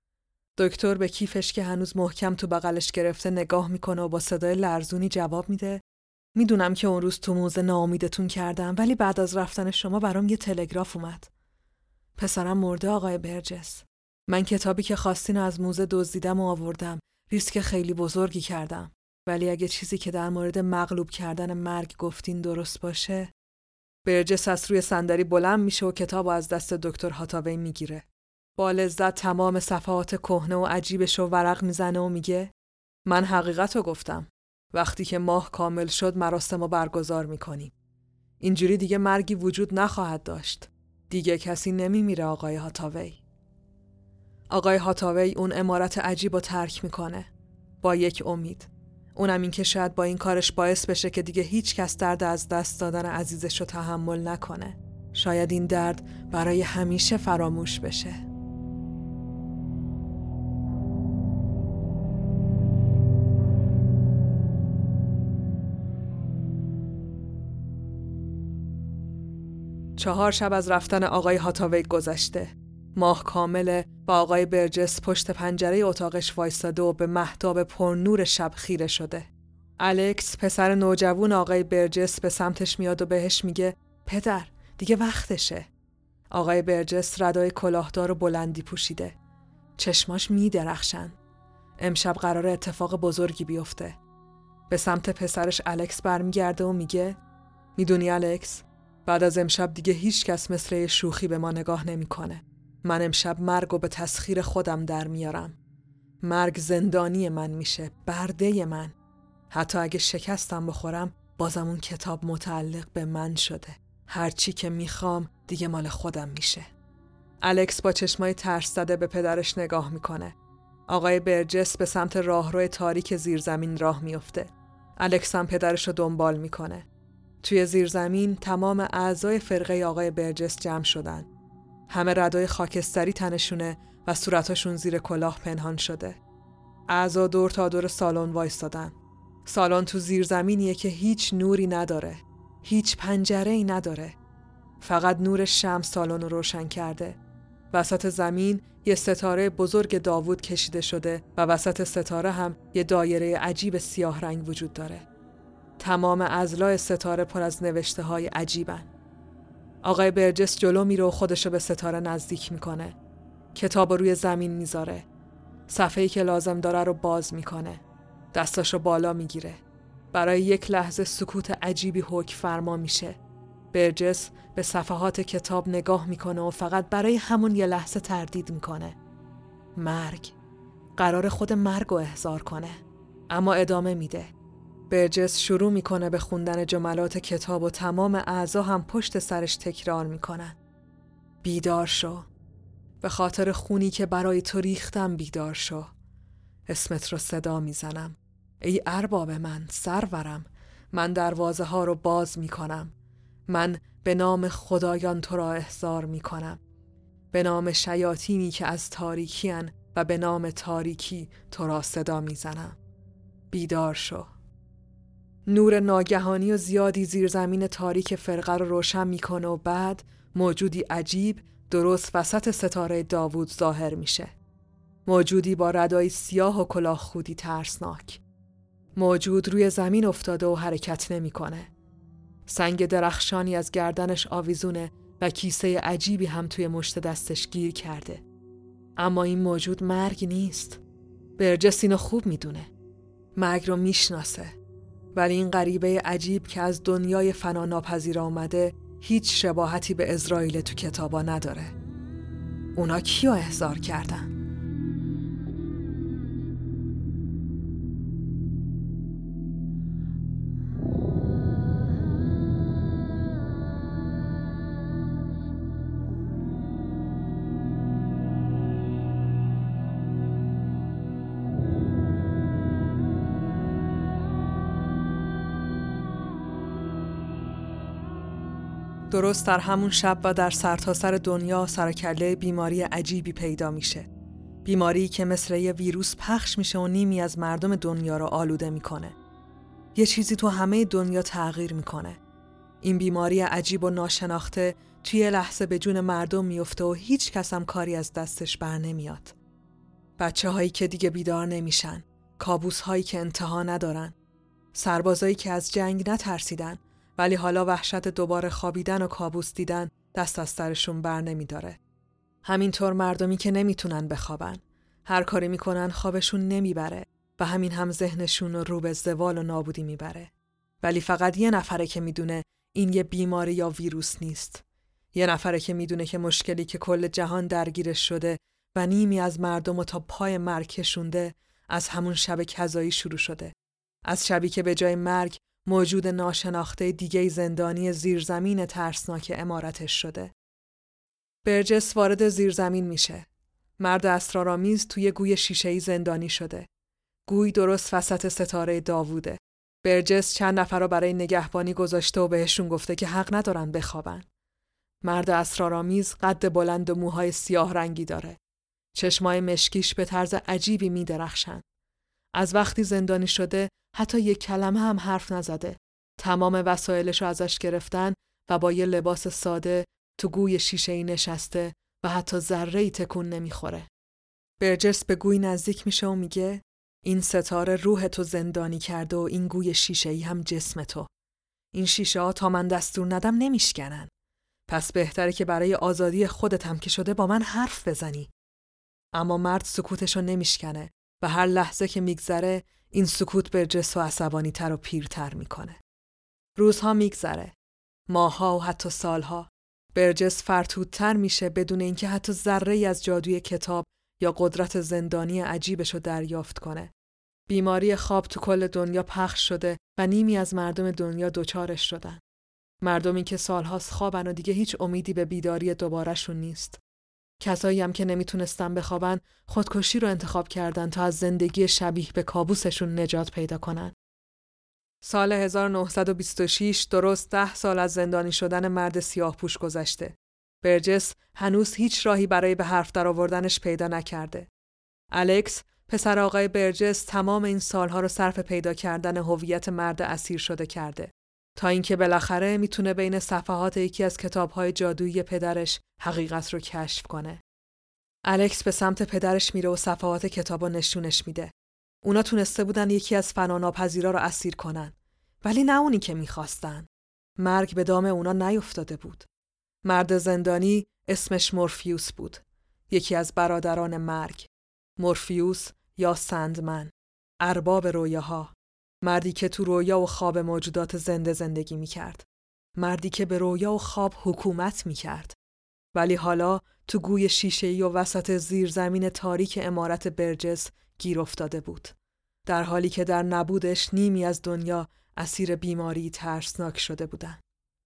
دکتر به کیفش که هنوز محکم تو بغلش گرفته نگاه میکنه و با صدای لرزونی جواب میده: میدونم که اون روز تو موزه ناامیدتون کردم، ولی بعد از رفتن شما برام یه تلگراف اومد. پسرم مرده آقای برجس. من کتابی که خواستین از موزه دزدیدم و آوردم. ریسک خیلی بزرگی کردم. ولی اگه چیزی که در مورد مغلوب کردن مرگ گفتین درست باشه. برجس از روی صندلی بلند میشه و کتابو از دست دکتر هاتاوی میگیره. با لذت تمام صفحات کهنه و عجیبشو ورق میزنه و میگه: من حقیقتو گفتم. وقتی که ماه کامل شد مراسمو برگزار میکنیم. اینجوری دیگه مرگی وجود نخواهد داشت. دیگه کسی نمیمیره آقای هاتاوی. آقای هاتاوی اون عمارت عجیبو ترک میکنه. با یک امید. اونم این که شاید با این کارش باعث بشه که دیگه هیچ کس درد از دست دادن عزیزش رو تحمل نکنه. شاید این درد برای همیشه فراموش بشه. چهار شب از رفتن آقای هاتاوی گذشته. ماه کامله و آقای برجس پشت پنجره اتاقش وایستاده و به مهتاب پرنور شب خیره شده. الکس پسر نوجوان آقای برجس به سمتش میاد و بهش میگه: پدر دیگه وقتشه. آقای برجس ردای کلاهدار و بلندی پوشیده. چشماش میدرخشن. امشب قراره اتفاق بزرگی بیفته. به سمت پسرش الکس برمیگرده و میگه: میدونی الکس، بعد از امشب دیگه هیچ کس مثل شوخی به ما نگاه نمیکنه. من امشب مرگو به تسخیر خودم در میارم. مرگ زندانی من میشه، برده من. حتی اگه شکستم بخورم بازم اون کتاب متعلق به من شده. هرچی که میخوام دیگه مال خودم میشه. الکس با چشمای ترس زده به پدرش نگاه میکنه. آقای برجس به سمت راهروی تاریک زیرزمین راه میفته. الکس هم پدرش رو دنبال میکنه. توی زیرزمین تمام اعضای فرقه آقای برجس جمع شدن. همه ردای خاکستری تنشونه و صورتاشون زیر کلاه پنهان شده. اعضا دور تا دور سالن وایستادن. سالن تو زیرزمینیه که هیچ نوری نداره. هیچ پنجره‌ای نداره. فقط نور شمس سالن رو روشن کرده. وسط زمین یه ستاره بزرگ داوود کشیده شده و وسط ستاره هم یه دایره عجیب سیاه رنگ وجود داره. تمام اضلاع ستاره پر از نوشته های عجیبن. آقای برجس جلو میره و خودشو به ستاره نزدیک میکنه. کتاب روی زمین میذاره. صفحه‌ای که لازم داره رو باز میکنه. دستاشو بالا میگیره. برای یک لحظه سکوت عجیبی حکم فرما میشه. برجس به صفحات کتاب نگاه میکنه و فقط برای همون یه لحظه تردید میکنه. مرگ. قرار خود مرگ رو احضار کنه. اما ادامه میده. برجس شروع میکنه به خوندن جملات کتاب و تمام اعضا هم پشت سرش تکرار میکنن. بیدار شو. به خاطر خونی که برای تو ریختم بیدار شو. اسمت رو صدا میزنم. ای ارباب من، سرورم. من دروازه ها رو باز میکنم. من به نام خدایان تو را احضار می کنم، به نام شیاطینی که از تاریکی ان و به نام تاریکی تو را صدا می زنم. بیدار شو. نور ناگهانی و زیادی زیر زمین تاریک فرقه رو روشن میکنه و بعد موجودی عجیب درست وسط ستاره داوود ظاهر میشه. موجودی با ردای سیاه و کلاه خودی ترسناک. موجود روی زمین افتاده و حرکت نمیکنه. سنگ درخشانی از گردنش آویزونه و کیسه عجیبی هم توی مشت دستش گیر کرده. اما این موجود مرگ نیست. برجس اینو خوب میدونه. مرگ رو میشناسه. ولی این غریبه عجیب که از دنیای فنا ناپذیر آمده هیچ شباهتی به اسرائیل تو کتابا نداره. اونا کیو احضار کردن؟ درست در همون شب و در سرتاسر دنیا سرکله بیماری عجیبی پیدا میشه. بیماری که مثل یه ویروس پخش میشه و نیمی از مردم دنیا رو آلوده میکنه. یه چیزی تو همه دنیا تغییر میکنه. این بیماری عجیب و ناشناخته توی لحظه به جون مردم میفته و هیچ کس هم کاری از دستش بر نمیاد. بچه هایی که دیگه بیدار نمیشن، کابوس هایی که انتها ندارن، سربازایی که از جنگ نترسیدن ولی حالا وحشت دوباره خوابیدن و کابوس دیدن دست از سرشون بر نمی داره. همینطور مردمی که نمیتونن بخوابن، هر کاری میکنن خوابشون نمیبره و همین هم ذهنشون رو به زوال و نابودی میبره. ولی فقط یه نفره که میدونه این یه بیماری یا ویروس نیست. یه نفره که میدونه که مشکلی که کل جهان درگیرش شده و نیمی از مردم رو تا پای مرگ کشونده از همون شب کذایی شروع شده. از شبی که به جای مرگ موجود ناشناخته دیگه زندانی زیرزمین ترسناک امارتش شده. برجس وارد زیرزمین میشه. مرد اسرارآمیز توی گوی شیشه‌ای زندانی شده. گوی درست وسط ستاره داووده. برجس چند نفر رو برای نگهبانی گذاشته و بهشون گفته که حق ندارن بخوابن. مرد اسرارآمیز قد بلند و موهای سیاه رنگی داره. چشمای مشکیش به طرز عجیبی میدرخشن. از وقتی زندانی شده حتی یک کلمه هم حرف نزده. تمام وسایلش رو ازش گرفتن و با یه لباس ساده تو گوی شیشه‌ای نشسته و حتی ذره‌ای تکون نمیخوره. برجس به گوی نزدیک میشه و میگه این ستاره روح تو زندانی کرده و این گوی شیشه‌ای هم جسم تو. این شیشه ها تا من دستور ندم نمیشکنن. پس بهتره که برای آزادی خودت هم که شده با من حرف بزنی. اما مرد سکوتشو نمیشکنه و هر لحظه که میگذره این سکوت برجس و عصبانی تر و پیرتر میکنه. روزها میگذره. ماهها و حتی سالها. برجس فرتودتر میشه بدون اینکه حتی ذره‌ای از جادوی کتاب یا قدرت زندانی عجیبشو دریافت کنه. بیماری خواب تو کل دنیا پخش شده و نیمی از مردم دنیا دوچارش شدن. مردمی که سالهاست خوابن و دیگه هیچ امیدی به بیداری دوبارهشون نیست. کسایی هم که نمیتونستن بخوابن خودکشی رو انتخاب کردن تا از زندگی شبیه به کابوسشون نجات پیدا کنن. سال هزار و نهصد و بیست و شش درست ده سال از زندانی شدن مرد سیاه پوش گذشته. برجس هنوز هیچ راهی برای به حرف در آوردنش پیدا نکرده. الکس پسر آقای برجس تمام این سالها رو صرف پیدا کردن هویت مرد اسیر شده کرده تا اینکه بالاخره میتونه بین صفحات یکی از کتاب‌های جادویی پدرش حقیقت رو کشف کنه. الکس به سمت پدرش میره و صفحات کتابو نشونش میده. اونا تونسته بودن یکی از فناناپذیرا رو اسیر کنن، ولی نه اونی که میخواستن. مرگ به دام اونا نیفتاده بود. مرد زندانی اسمش مورفیوس بود، یکی از برادران مرگ. مورفیوس یا سندمن، ارباب رویاها، مردی که تو رویا و خواب موجودات زنده زندگی میکرد، مردی که به رویا و خواب حکومت میکرد. ولی حالا تو گوی شیشه‌ای و وسط زیر زمین تاریک امارت برجس گیر افتاده بود، در حالی که در نبودش نیمی از دنیا اسیر بیماری ترسناک شده بودن.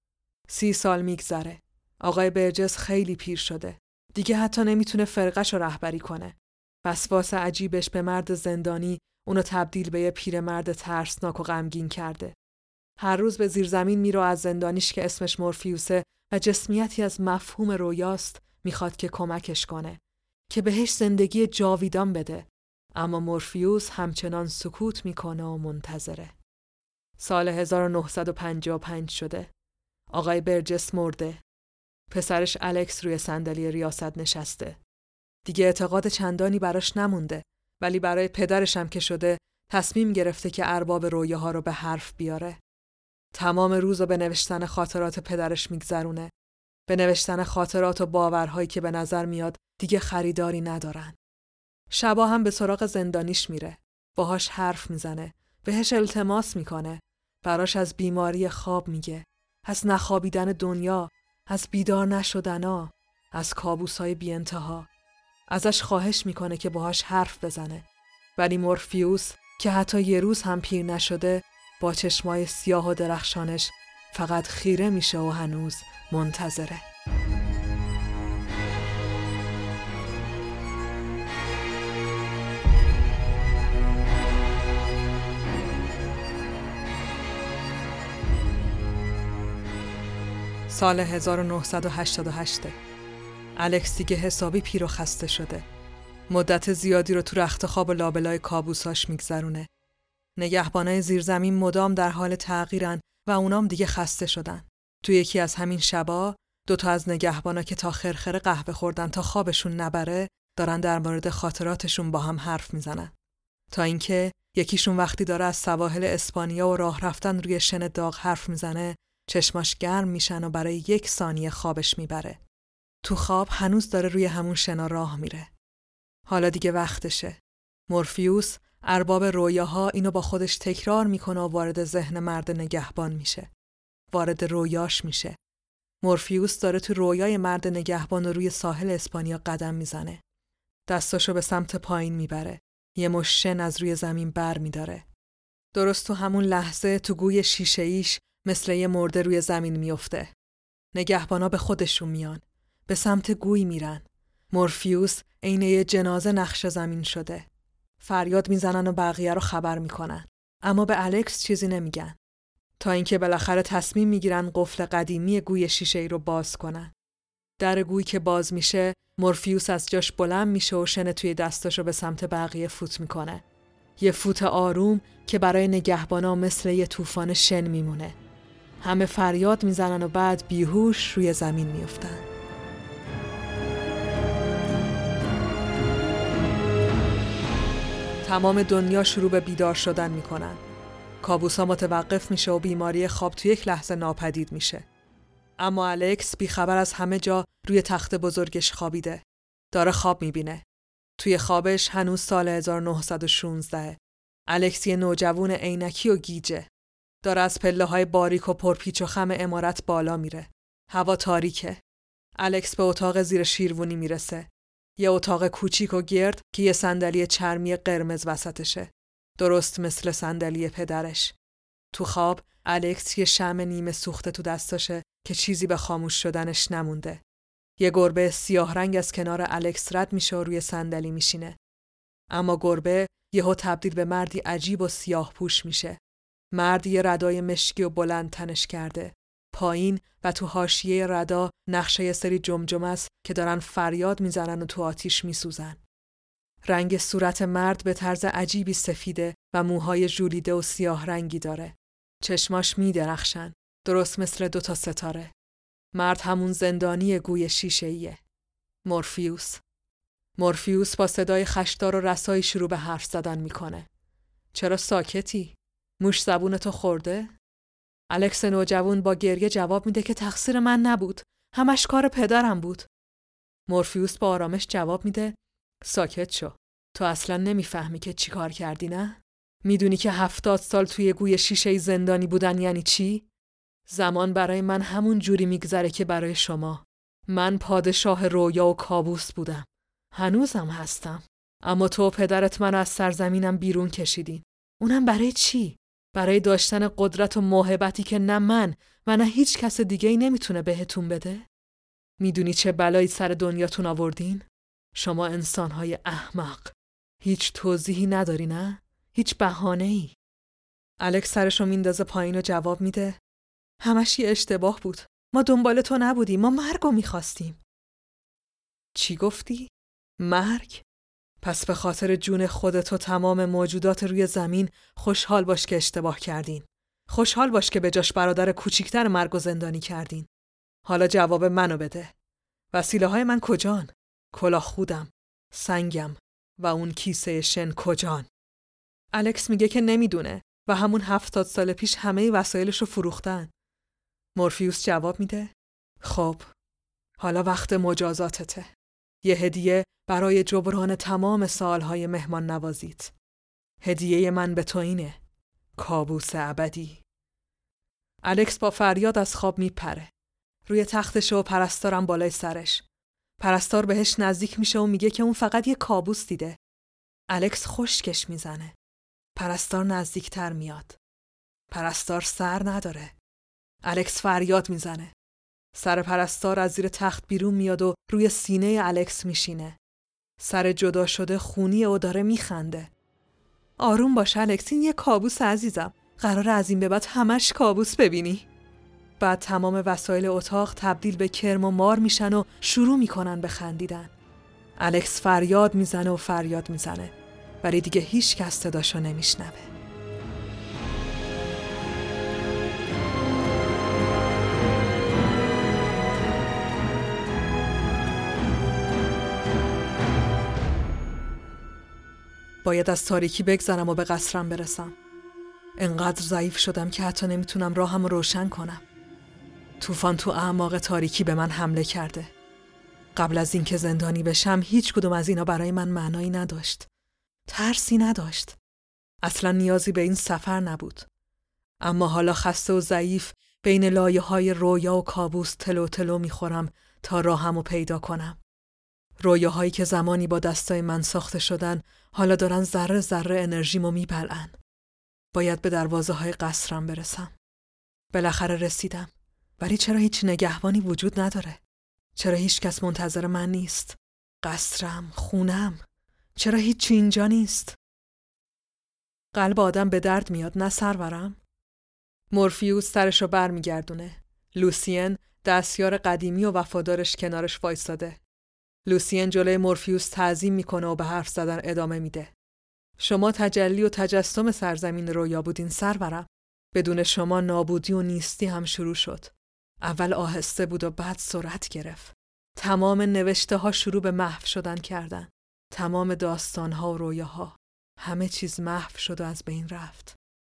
سی سال میگذره. آقای برجس خیلی پیر شده. دیگه حتی نمیتونه فرقش رو رهبری کنه. وسواس عجیبش به مرد زندانی اونو تبدیل به یه پیرمرد ترسناک و غمگین کرده. هر روز به زیرزمین میره از زندانیش که اسمش مورفیوسه و جسمیتی از مفهوم رویاست میخواد که کمکش کنه، که بهش زندگی جاویدان بده. اما مورفیوس همچنان سکوت میکنه و منتظره. سال هزار و نهصد و پنجاه و پنج شده. آقای برجس مرده. پسرش الکس روی صندلی ریاست نشسته. دیگه اعتقاد چندانی براش نمونده، ولی برای پدرش هم که شده تصمیم گرفته که ارباب رویاها رو به حرف بیاره. تمام روز رو به نوشتن خاطرات پدرش میگذرونه. به نوشتن خاطرات و باورهایی که به نظر میاد دیگه خریداری ندارن. شبا هم به سراغ زندانیش میره. باهاش حرف میزنه. بهش التماس میکنه. براش از بیماری خواب میگه. از نخوابیدن دنیا. از بیدار نشدنا. از کابوسای بی انتها. ازش خواهش میکنه که باهاش حرف بزنه. ولی مورفیوس که حتی یه روز هم پیر نشده با چشمای سیاه و درخشانش فقط خیره میشه و هنوز منتظره. سال هزار و نهصد و هشتاد و هشت. الکس دیگه حسابی پیر و خسته شده. مدت زیادی رو تو رخت خواب و لابلای کابوساش میگذرونه. نگهبانای زیرزمین مدام در حال تغییرن و اونام دیگه خسته شدن. تو یکی از همین شبا دوتا از نگهبانا که تا خرخره قهوه خوردن تا خوابشون نبره دارن در مورد خاطراتشون با هم حرف میزنن. تا اینکه یکیشون وقتی داره از سواحل اسپانیا و راه رفتن روی شن داغ حرف میزنه چشماش گرم میشن و برای یک ثانیه خوابش میبره. تو خواب هنوز داره روی همون شنا راه میره. حالا دیگه وقتشه. مورفیوس ارباب رویاها اینو با خودش تکرار میکنه و وارد ذهن مرد نگهبان میشه. وارد رویاش میشه. مورفیوس داره تو رویای مرد نگهبان و روی ساحل اسپانیا قدم میزنه. دستاشو به سمت پایین میبره. یه مش شن از روی زمین بر میداره. درست تو همون لحظه تو گوی شیشه ایش مثل یه مرده روی زمین میفته. نگهبانا به خودشون میان. به سمت گوی میرن. مورفیوس عین یه جنازه نقش زمین شده. فریاد میزنن و بقیه رو خبر میکنن. اما به الکس چیزی نمیگن. تا اینکه بالاخره تصمیم میگیرن قفل قدیمی گوی شیشه‌ای رو باز کنن. در گوی که باز میشه، مورفیوس از جاش بلند میشه و شن توی دستاشو به سمت بقیه فوت میکنه. یه فوت آروم که برای نگهبانا مثل یه طوفان شن میمونه. همه فریاد میزنن و بعد بیهوش روی زمین میافتن. تمام دنیا شروع به بیدار شدن میکنن. کابوسا متوقف میشه و بیماری خواب تو یک لحظه ناپدید میشه. اما الکس بیخبر از همه جا روی تخت بزرگش خوابیده. داره خواب میبینه. توی خوابش هنوز سال هزار و نهصد و شانزده. الکس یه نوجوان عینکی و گیجه. داره از پله های باریک و پرپیچ و خم عمارت بالا میره. هوا تاریکه. الکس به اتاق زیر شیروانی میرسه. یه اتاق کوچیک و گرد که یه صندلی چرمی قرمز وسطشه. درست مثل صندلی پدرش. تو خواب الکس یه شمع نیمه سوخته تو دستاشه که چیزی به خاموش شدنش نمونده. یه گربه سیاه رنگ از کنار الکس رد میشه و روی صندلی میشینه. اما گربه یهو تبدیل به مردی عجیب و سیاه پوش میشه. مرد یه ردای مشکی و بلند تنش کرده. پایین و تو حاشیه ردا نقشه یه سری جمجمه است که دارن فریاد میزنن و تو آتیش میسوزن. رنگ صورت مرد به طرز عجیبی سفیده و موهای ژولیده و سیاه رنگی داره. چشماش میدرخشن، درست مثل دوتا ستاره. مرد همون زندانی گوی شیشه‌ایه. مورفیوس. مورفیوس با صدای خشدار و رسایی شروع به حرف زدن میکنه. چرا ساکتی؟ موش زبونتو خورده؟ الکس نوجوان با گریه جواب میده که تقصیر من نبود. همش کار پدرم بود. مورفیوس با آرامش جواب میده ساکت شو. تو اصلا نمیفهمی که چی کار کردی نه؟ میدونی که هفتاد سال توی گوی شیشه زندانی بودن یعنی چی؟ زمان برای من همون جوری میگذره که برای شما. من پادشاه رویا و کابوس بودم. هنوزم هستم. اما تو و پدرت منو از سرزمینم بیرون کشیدین. اونم برای چی؟ برای داشتن قدرت و موهبتی که نه من و نه هیچ کس دیگه‌ای نمیتونه بهتون بده؟ میدونی چه بلایی سر دنیاتون آوردین؟ شما انسانهای احمق. هیچ توضیحی نداری نه؟ هیچ بهانه‌ای. الکس سرشو میندازه پایین و جواب میده همش یه اشتباه بود. ما دنبال تو نبودیم. ما مرگو میخواستیم. چی گفتی؟ مرگ؟ پس به خاطر جون خودت و تمام موجودات روی زمین خوشحال باش که اشتباه کردین. خوشحال باش که به جاش برادر کوچیکتر مرگو زندانی کردین. حالا جواب منو بده. وسیله های من کجان؟ کلاه خودم، سنگم و اون کیسه شن کجان؟ الکس میگه که نمیدونه و همون هفتاد سال پیش همه وسایلشو فروختن. مورفیوس جواب میده خب حالا وقت مجازاتته. یه هدیه برای جبران تمام سالهای مهمان نوازیت. هدیه من به تو اینه. کابوس ابدی. الکس با فریاد از خواب میپره. روی تختش و پرستارم بالای سرش. پرستار بهش نزدیک میشه و میگه که اون فقط یه کابوس دیده. الکس خشکش میزنه. پرستار نزدیکتر میاد. پرستار سر نداره. الکس فریاد میزنه. سر پرستار از زیر تخت بیرون میاد و روی سینه الکس میشینه. سر جدا شده خونیه و داره میخنده. آروم باش الکس، این یه کابوس عزیزم. قراره از این به بعد همش کابوس ببینی. بعد تمام وسایل اتاق تبدیل به کرم و مار میشن و شروع میکنن به خندیدن. الکس فریاد میزنه و فریاد میزنه ولی دیگه هیچ کس صداشو نمیشنوه. باید از تاریکی بگذرم و به قصرم برسم. انقدر ضعیف شدم که حتی نمیتونم راهم رو روشن کنم. طوفان تو اعماق تاریکی به من حمله کرده. قبل از اینکه زندانی بشم هیچ کدوم از اینا برای من معنایی نداشت. ترسی نداشت. اصلا نیازی به این سفر نبود. اما حالا خسته و ضعیف بین لایه های رویا و کابوس تلو تلو میخورم تا راهمو پیدا کنم. رویاهایی که زمانی با دستای من ساخته شدن حالا دارن ذره ذره انرژیمو میبلعن. باید به دروازه های قصرم برسم. بالاخره رسیدم. ولی چرا هیچ نگهبانی وجود نداره؟ چرا هیچ کس منتظر من نیست؟ قصرم، خونم، چرا هیچی اینجا نیست؟ قلب آدم به درد میاد نه سرورم؟ مورفیوس سرشو بر میگردونه. لوسین دستیار قدیمی و وفادارش کنارش وایساده. لوسین جلوی مورفیوس تعظیم میکنه و به حرف زدن ادامه میده. شما تجلی و تجسم سرزمین رویا بودین سرورم. بدون شما نابودی و نیستی هم شروع شد. اول آهسته بود و بعد سرعت گرفت. تمام نوشته ها شروع به محو شدن کردن. تمام داستان ها و رویاها. همه چیز محو شد و از بین رفت.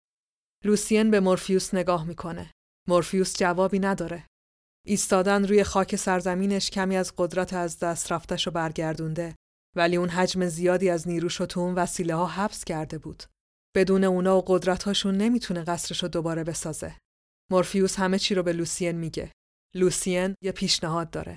لوسین به مورفیوس نگاه میکنه. مورفیوس جوابی نداره. ایستادن روی خاک سرزمینش کمی از قدرت از دست رفتشو برگردونده. ولی اون حجم زیادی از نیروشو تو اون وسیله ها حبس کرده بود. بدون اونا و قدرتاشون نمیتونه قصرشو دوباره بسازه. مورفیوس همه چی رو به لوسین میگه. لوسین یه پیشنهاد داره.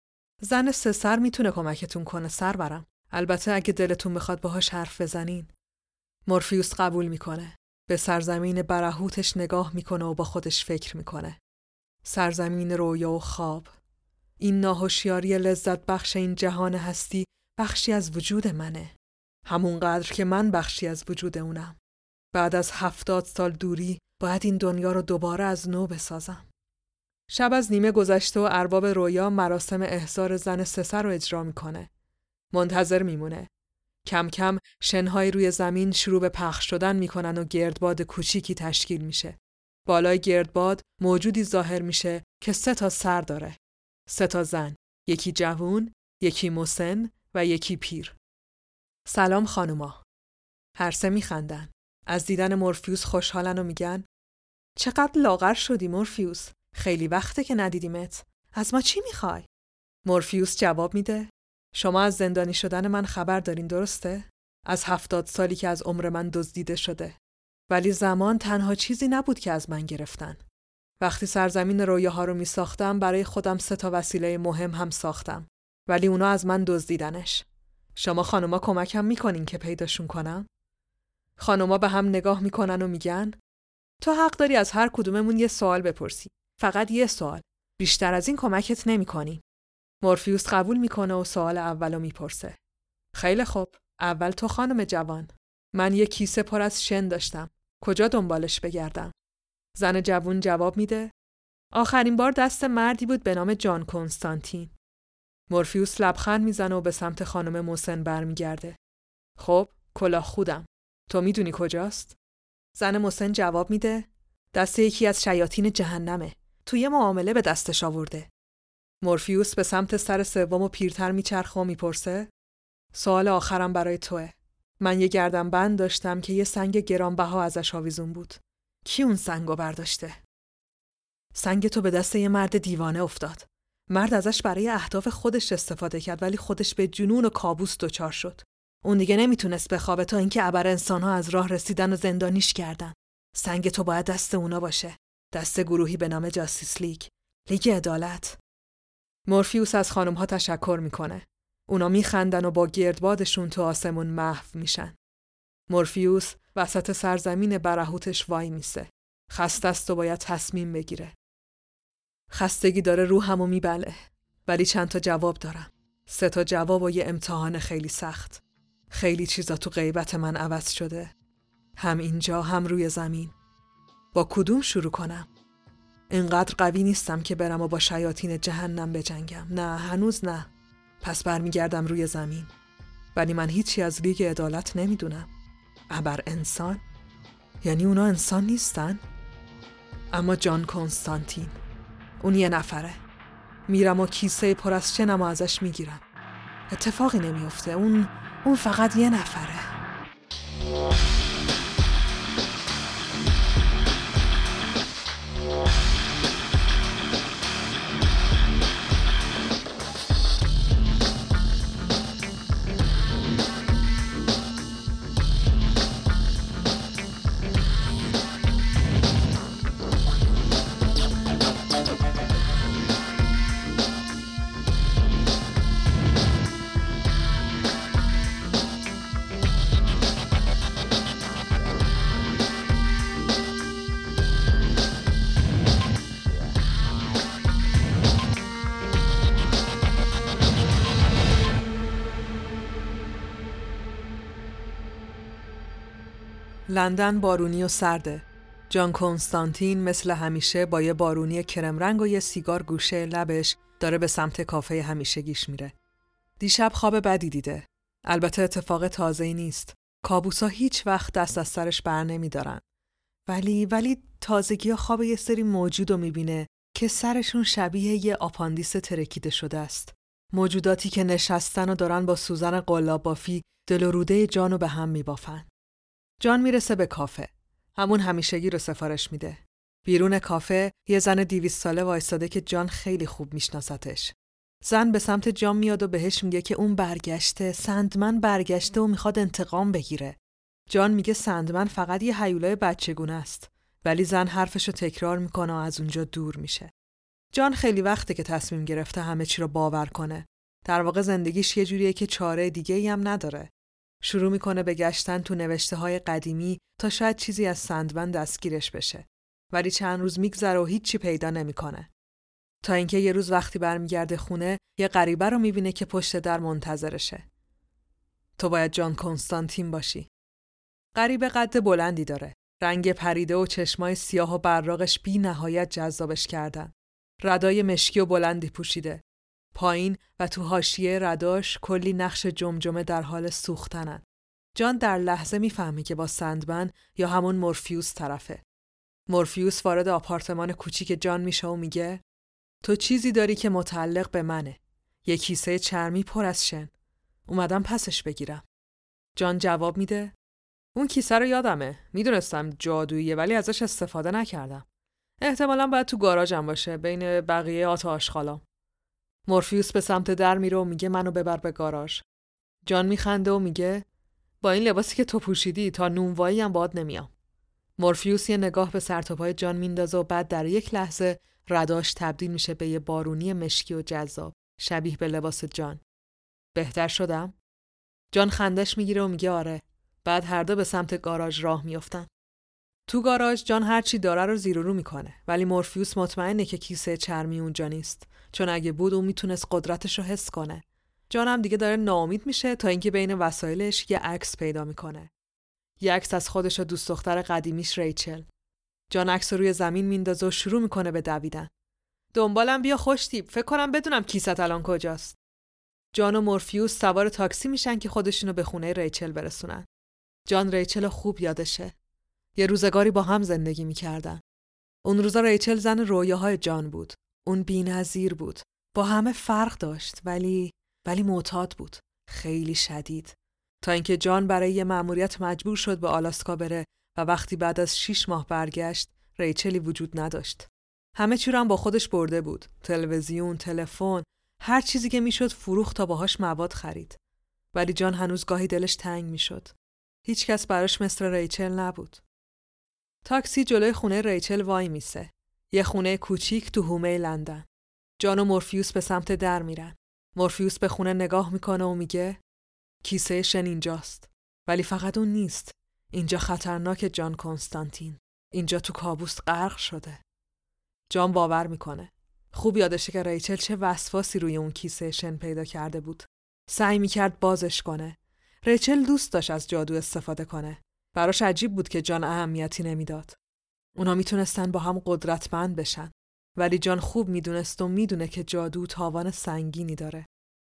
زن سه سر میتونه کمکتون کنه سرورم. البته اگه دلتون بخواد باهاش حرف بزنین. مورفیوس قبول میکنه. به سرزمین برهوتش نگاه میکنه و با خودش فکر میکنه. سرزمین رویا و خواب. این ناهوشیاری لذت بخش این جهان هستی بخشی از وجود منه. همونقدر که من بخشی از وجود اونم. بعد از هفتاد سال دوری باید این دنیا رو دوباره از نو بسازم. شب از نیمه گذشته و ارباب رویا مراسم احضار زن سسر رو اجرا میکنه. منتظر میمونه. کم کم شنهای روی زمین شروع به پخش شدن میکنن و گردباد کوچیکی تشکیل میشه. بالای گردباد موجودی ظاهر میشه که سه تا سر داره. سه تا زن. یکی جوون، یکی مسن و یکی پیر. سلام خانوما. هر سه میخندن. از دیدن مورفیوس خوشحالن و میگن چقدر لاغر شدی مورفیوس. خیلی وقته که ندیدیمت. از ما چی میخوای؟ مورفیوس جواب میده شما از زندانی شدن من خبر دارین درسته؟ از هفتاد سالی که از عمر من دزدیده شده. ولی زمان تنها چیزی نبود که از من گرفتن. وقتی سرزمین رویاها رو میساختم برای خودم سه تا وسیله مهم هم ساختم. ولی اونا از من دزدیدنش. شما خانوما کمکم میکنین که پیداشون کنم؟ خانوما به هم نگاه میکنن و میگن تو حق داری از هر کدوممون یه سوال بپرسی. فقط یه سوال. بیشتر از این کمکت نمیکنی. مورفیوس قبول میکنه و سوال اولو میپرسه. خیلی خوب. اول تو خانم جوان. من یه کیسه پر از شن داشتم. کجا دنبالش بگردم؟ زن جوون جواب میده آخرین بار دست مردی بود به نام جان کنستانتین. مورفیوس لبخند میزنه و به سمت خانم موسن برمیگرده. خب، کلاه خودم. تو میدونی کجاست؟ زن موسن جواب میده دست یکی از شیاطین جهنمه. توی معامله به دستش آورده. مورفیوس به سمت سر سوم و پیرتر میچرخه و میپرسه سوال آخرم برای توه. من یه گردنبند داشتم که یه سنگ گرانبها ازش آویزون بود. کی اون سنگو برداشته؟ سنگ تو به دست یه مرد دیوانه افتاد. مرد ازش برای اهداف خودش استفاده کرد ولی خودش به جنون و کابوس دچار شد. اون دیگه نمیتونست بخوابه تا اینکه ابر انسان‌ها از راه رسیدن و زندانیش کردن. سنگ تو باید دست اونا باشه. دست گروهی به نام جاستیس لیگ. لیگ عدالت. مورفیوس از خانم‌ها تشکر میکنه. اونا میخندن و با گردبادشون تو آسمون محو میشن. مورفیوس وسط سرزمین برهوتش وای میسه. خسته است و باید تصمیم بگیره. خستگی داره روحمو میبله. ولی چند تا جواب دارم. سه تا جواب و یه امتحان خیلی سخت. خیلی چیزا تو غیبت من عوض شده. هم اینجا هم روی زمین. با کدوم شروع کنم؟ اینقدر قوی نیستم که برم و با شیاطین جهنم بجنگم. نه، هنوز نه. پس برمیگردم روی زمین. ولی من هیچی از لیگ عدالت نمیدونم. ابر انسان؟ یعنی اونا انسان نیستن؟ اما جان کنستانتین، اون یه نفره. میرم و کیسه پر از شنم و ازش میگیرم. اتفاقی نمیفته. اون اون فقط یه نفره. لندن بارونی و سرده. جان کنستانتین مثل همیشه با یه بارونی کرم رنگ و یه سیگار گوشه لبش داره به سمت کافه همیشگیش میره. دیشب خواب بدی دیده. البته اتفاق تازه‌ای نیست. کابوسا هیچ وقت دست از سرش بر نمیدارن. ولی ولی تازگی خواب یه سری موجود رو میبینه که سرشون شبیه یه آپاندیس ترکیده شده است. موجوداتی که نشستن و دارن با سوزن قلاب بافی دل و روده جانو به هم میبافن. جان میرسه به کافه. همون همیشگی رو سفارش میده. بیرون کافه یه زن دیویست ساله وایساده که جان خیلی خوب میشناستش. زن به سمت جان میاد و بهش میگه که اون برگشته، سندمن برگشته و میخواد انتقام بگیره. جان میگه سندمن فقط یه هیولای بچگونه است. ولی زن حرفشو تکرار میکنه و از اونجا دور میشه. جان خیلی وقته که تصمیم گرفته همه چی رو باور کنه. در واقع زندگیش یه جوریه که چاره دیگه‌ای هم نداره. شروع میکنه به گشتن تو نوشته‌های قدیمی تا شاید چیزی از سندمن دستگیرش بشه. ولی چند روز میگذره و هیچی پیدا نمیکنه. تا اینکه یه روز وقتی برمیگرده خونه، یه غریبه رو میبینه که پشت در منتظرشه. تو باید جان کنستانتین باشی. غریبه قد بلندی داره. رنگ پریده و چشمای سیاه و براقش بی نهایت جذابش کردن. ردای مشکی و بلندی پوشیده. پایین و تو حاشیه رداش کلی نقش جمجمه در حال سوختنن. جان در لحظه میفهمه که با سندمن یا همون مورفیوس طرفه. مورفیوس وارد آپارتمان کوچیک جان میشه و میگه تو چیزی داری که متعلق به منه. یه کیسه چرمی پر از شن. اومدم پسش بگیرم. جان جواب میده اون کیسه رو یادمه. میدونستم جادوییه ولی ازش استفاده نکردم. احتمالاً باید تو گاراژم باشه بین بقیه آت آشغالام. مورفیوس به سمت در میره و میگه منو ببر به گاراژ. جان میخنده و میگه با این لباسی که تو پوشیدی تا نونوایی هم باهات نمیام. مورفیوس یه نگاه به سر تا پای جان میندازه و بعد در یک لحظه رداش تبدیل میشه به یه بارونی مشکی و جذاب شبیه به لباس جان. بهتر شدم؟ جان خندش میگیره و میگه آره. بعد هر دو به سمت گاراژ راه میافتن. تو گاراژ جان هر چی داره رو زیر و رو میکنه ولی مورفیوس مطمئنه که کیسه چرمی اونجا نیست، چون اگه بود اون میتونست قدرتش رو حس کنه. جان هم دیگه داره ناامید میشه تا اینکه بین وسایلش یه عکس پیدا میکنه. یه عکس از خودش و دوست دختر قدیمیش ریچل. جان عکس رو روی زمین میندازه و شروع میکنه به دویدن. دنبالم بیا خوش تیپ، فکر کنم بدونم کیست الان کجاست. جان و مورفیوس سوار تاکسی میشن که خودشونو به خونه ریچل برسونن. جان ریچل خوب یادشه. یه روزگاری با هم زندگی میکردن. اون روزا ریچل زن رویاهای جان بود. اون بی‌نظیر بود. با همه فرق داشت ولی ولی معتاد بود. خیلی شدید. تا اینکه جان برای یه مأموریت مجبور شد به آلاسکا بره و وقتی بعد از شیش ماه برگشت ریچلی وجود نداشت. همه چی رو هم با خودش برده بود. تلویزیون، تلفن، هر چیزی که میشد فروخت تا باهاش مواد خرید. ولی جان هنوز گاهی دلش تنگ میشد. هیچ کس براش مثل ریچل نبود. تاکسی جلوی خونه ریچل وای میسه. یه خونه کوچیک تو هومه لندن. جان و مورفیوس به سمت در میرن. مورفیوس به خونه نگاه میکنه و میگه کیسه شن اینجاست. ولی فقط اون نیست. اینجا خطرناک جان کنستانتین. اینجا تو کابوس غرق شده. جان باور میکنه. خوب یادشه که ریچل چه وسواسی روی اون کیسه شن پیدا کرده بود. سعی میکرد بازش کنه. ریچل دوست داشت از جادو استفاده کنه. براش عجیب بود که جان اهمیتی نمیداد. اونا میتونستن با هم قدرتمند بشن. ولی جان خوب میدونست و میدونه که جادو تاوان سنگینی داره.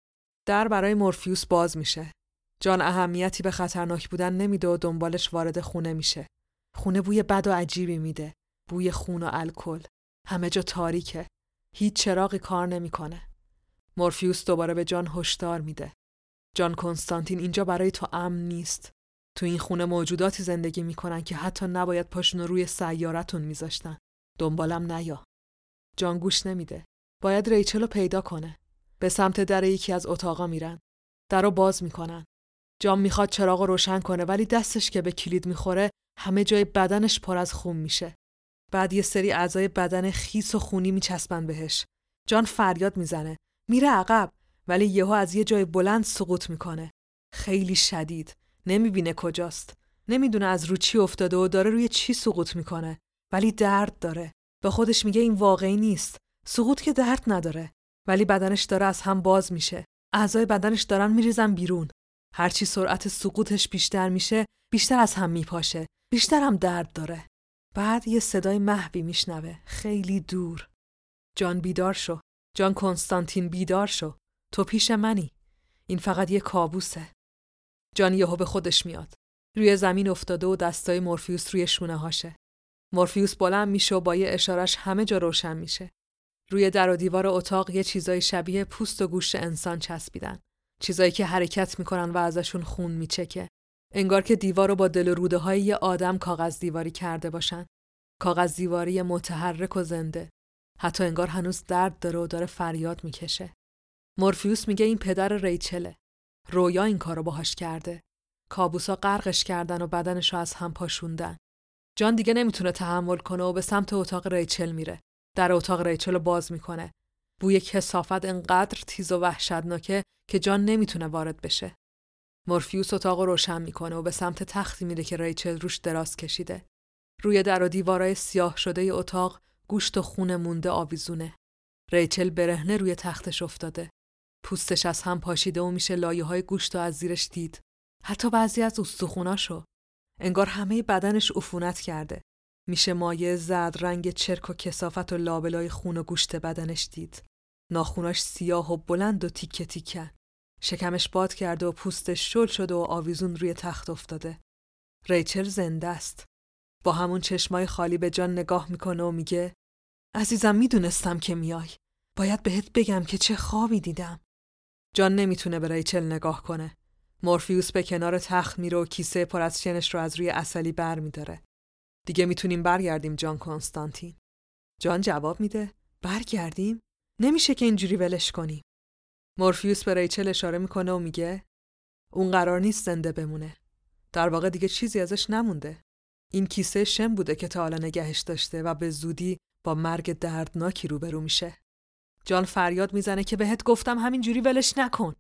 در برای مورفیوس باز میشه. جان اهمیتی به خطرناک بودن نمیده و دنبالش وارد خونه میشه. خونه بوی بد و عجیبی میده. بوی خون و الکل. همه جا تاریکه. هیچ چراغی کار نمیکنه. مورفیوس دوباره به جان هشدار میده. جان کنستانتین اینجا برای تو امن نیست. تو این خونه موجوداتی زندگی میکنن که حتی نباید پاشونو روی سیارتون میذاشتن. دنبالم نیا. جان گوش نمیده. باید ریچل رو پیدا کنه. به سمت در یکی از اتاقا میرن. در رو باز میکنن. جان میخواد چراغ رو روشن کنه ولی دستش که به کلید میخوره همه جای بدنش پر از خون میشه. بعد یه سری اعضای بدن خیس و خونی میچسبن بهش. جان فریاد میزنه. میره عقب ولی یهو از یه جای بلند سقوط میکنه. خیلی شدید. نمیبینه کجاست. نمیدونه از رو چی افتاده و داره روی چی سقوط میکنه. ولی درد داره. به خودش میگه این واقعی نیست. سقوط که درد نداره. ولی بدنش داره از هم باز میشه. اعضای بدنش دارن میریزن بیرون. هرچی سرعت سقوطش بیشتر میشه، بیشتر از هم میپاشه. بیشتر هم درد داره. بعد یه صدای محوی میشنوه. خیلی دور. جان بیدار شو. جان کنستانتین بیدار شو. تو پیش منی. این فقط یه کابوسه. جان یهو به خودش میاد. روی زمین افتاده و دستای مورفیوس روی شونه هاشه. مورفیوس بلند میشه و با یه اشارش همه جا روشن میشه. روی در و دیوار اتاق یه چیزای شبیه پوست و گوشت انسان چسبیدن. چیزایی که حرکت میکنن و ازشون خون میچکه. انگار که دیوار رو با دل و روده های یه آدم کاغذ دیواری کرده باشن. کاغذ دیواری متحرک و زنده. حتی انگار هنوز درد داره و داره فریاد میکشه. مورفیوس میگه این پدر ریچله. رویا این کارو باهاش کرده. کابوسا غرقش کردن و بدنشو از هم پاشوندن. جان دیگه نمیتونه تحمل کنه و به سمت اتاق ریچل میره. در اتاق ریچل رو باز میکنه. بوی کثافت انقدر تیز و وحشتناکه که جان نمیتونه وارد بشه. مورفیوس اتاق رو روشن میکنه و به سمت تختی میره که ریچل روش دراز کشیده. روی در و دیوارای سیاه شده ی اتاق گوشت و خون مونده آویزونه. ریچل برهنه روی تختش افتاده. پوستش از هم پاشیده و میشه لایه‌های گوشت رو از زیرش دید. حتی بعضی از استخوناشو. انگار همه بدنش عفونت کرده. میشه مایع زرد رنگ چرک و کثافت و لابلای خون و گوشت بدنش دید. ناخوناش سیاه و بلند و تیکه تیکه. شکمش باد کرده و پوستش شل شده و آویزون روی تخت افتاده. ریچل زنده است. با همون چشمای خالی به جان نگاه میکنه و میگه عزیزم میدونستم که میای. باید بهت بگم که چه خوابی دیدم. جان نمیتونه به ریچل نگاه کنه. مورفیوس به کنار تخت میره و کیسه پر از شنش رو از روی عسلی بر میداره. دیگه میتونیم برگردیم جان کنستانتین. جان جواب میده برگردیم؟ نمیشه که اینجوری ولش کنیم. مورفیوس به ریچل اشاره میکنه و میگه اون قرار نیست زنده بمونه. در واقع دیگه چیزی ازش نمونده. این کیسه شن بوده که تا حالا نگهش داشته و به زودی با مرگ دردناکی روبرو میشه. جان فریاد میزنه که بهت گفتم همینجوری ولش نکن.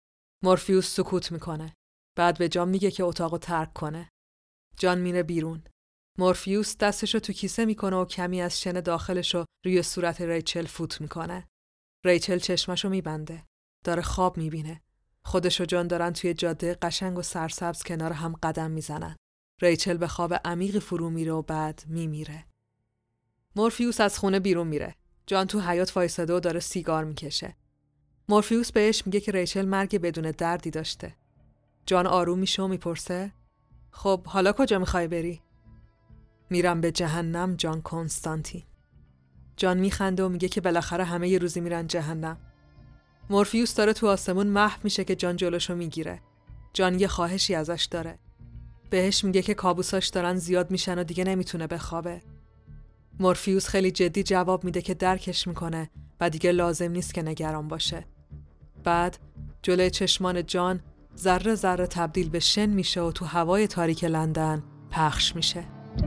مورفیوس سکوت میکنه. بعد به جان میگه که اتاقو ترک کنه. جان میره بیرون. مورفیوس دستشو تو کیسه میکنه و کمی از شن داخلشو روی صورت ریچل فوت میکنه. ریچل چشمشو میبنده. داره خواب میبینه. خودش و جان دارن توی جاده قشنگ و سرسبز کنار هم قدم میزنن. ریچل به خواب عمیقی فرو میره و بعد میمیره. مورفیوس از خونه بیرون میره. جان تو حیاط وایساده و داره سیگار میکشه. مورفیوس بهش میگه که ریچل مرگ بدون دردی داشته. جان آروم میشه و میپرسه خب حالا کجا میخوای بری؟ میرم به جهنم جان کنستانتین. جان میخنده و میگه که بالاخره همه یه روزی میرن جهنم. مورفیوس داره تو آسمون محو میشه که جان جلوشو میگیره. جان یه خواهشی ازش داره. بهش میگه که کابوساش دارن زیاد میشن و دیگه نمیتونه بخوابه. مورفیوس خیلی جدی جواب میده که درکش میکنه و دیگه لازم نیست که نگران باشه. بعد جلوی چشمان جان ذره ذره تبدیل به شن میشه و تو هوای تاریک لندن پخش میشه.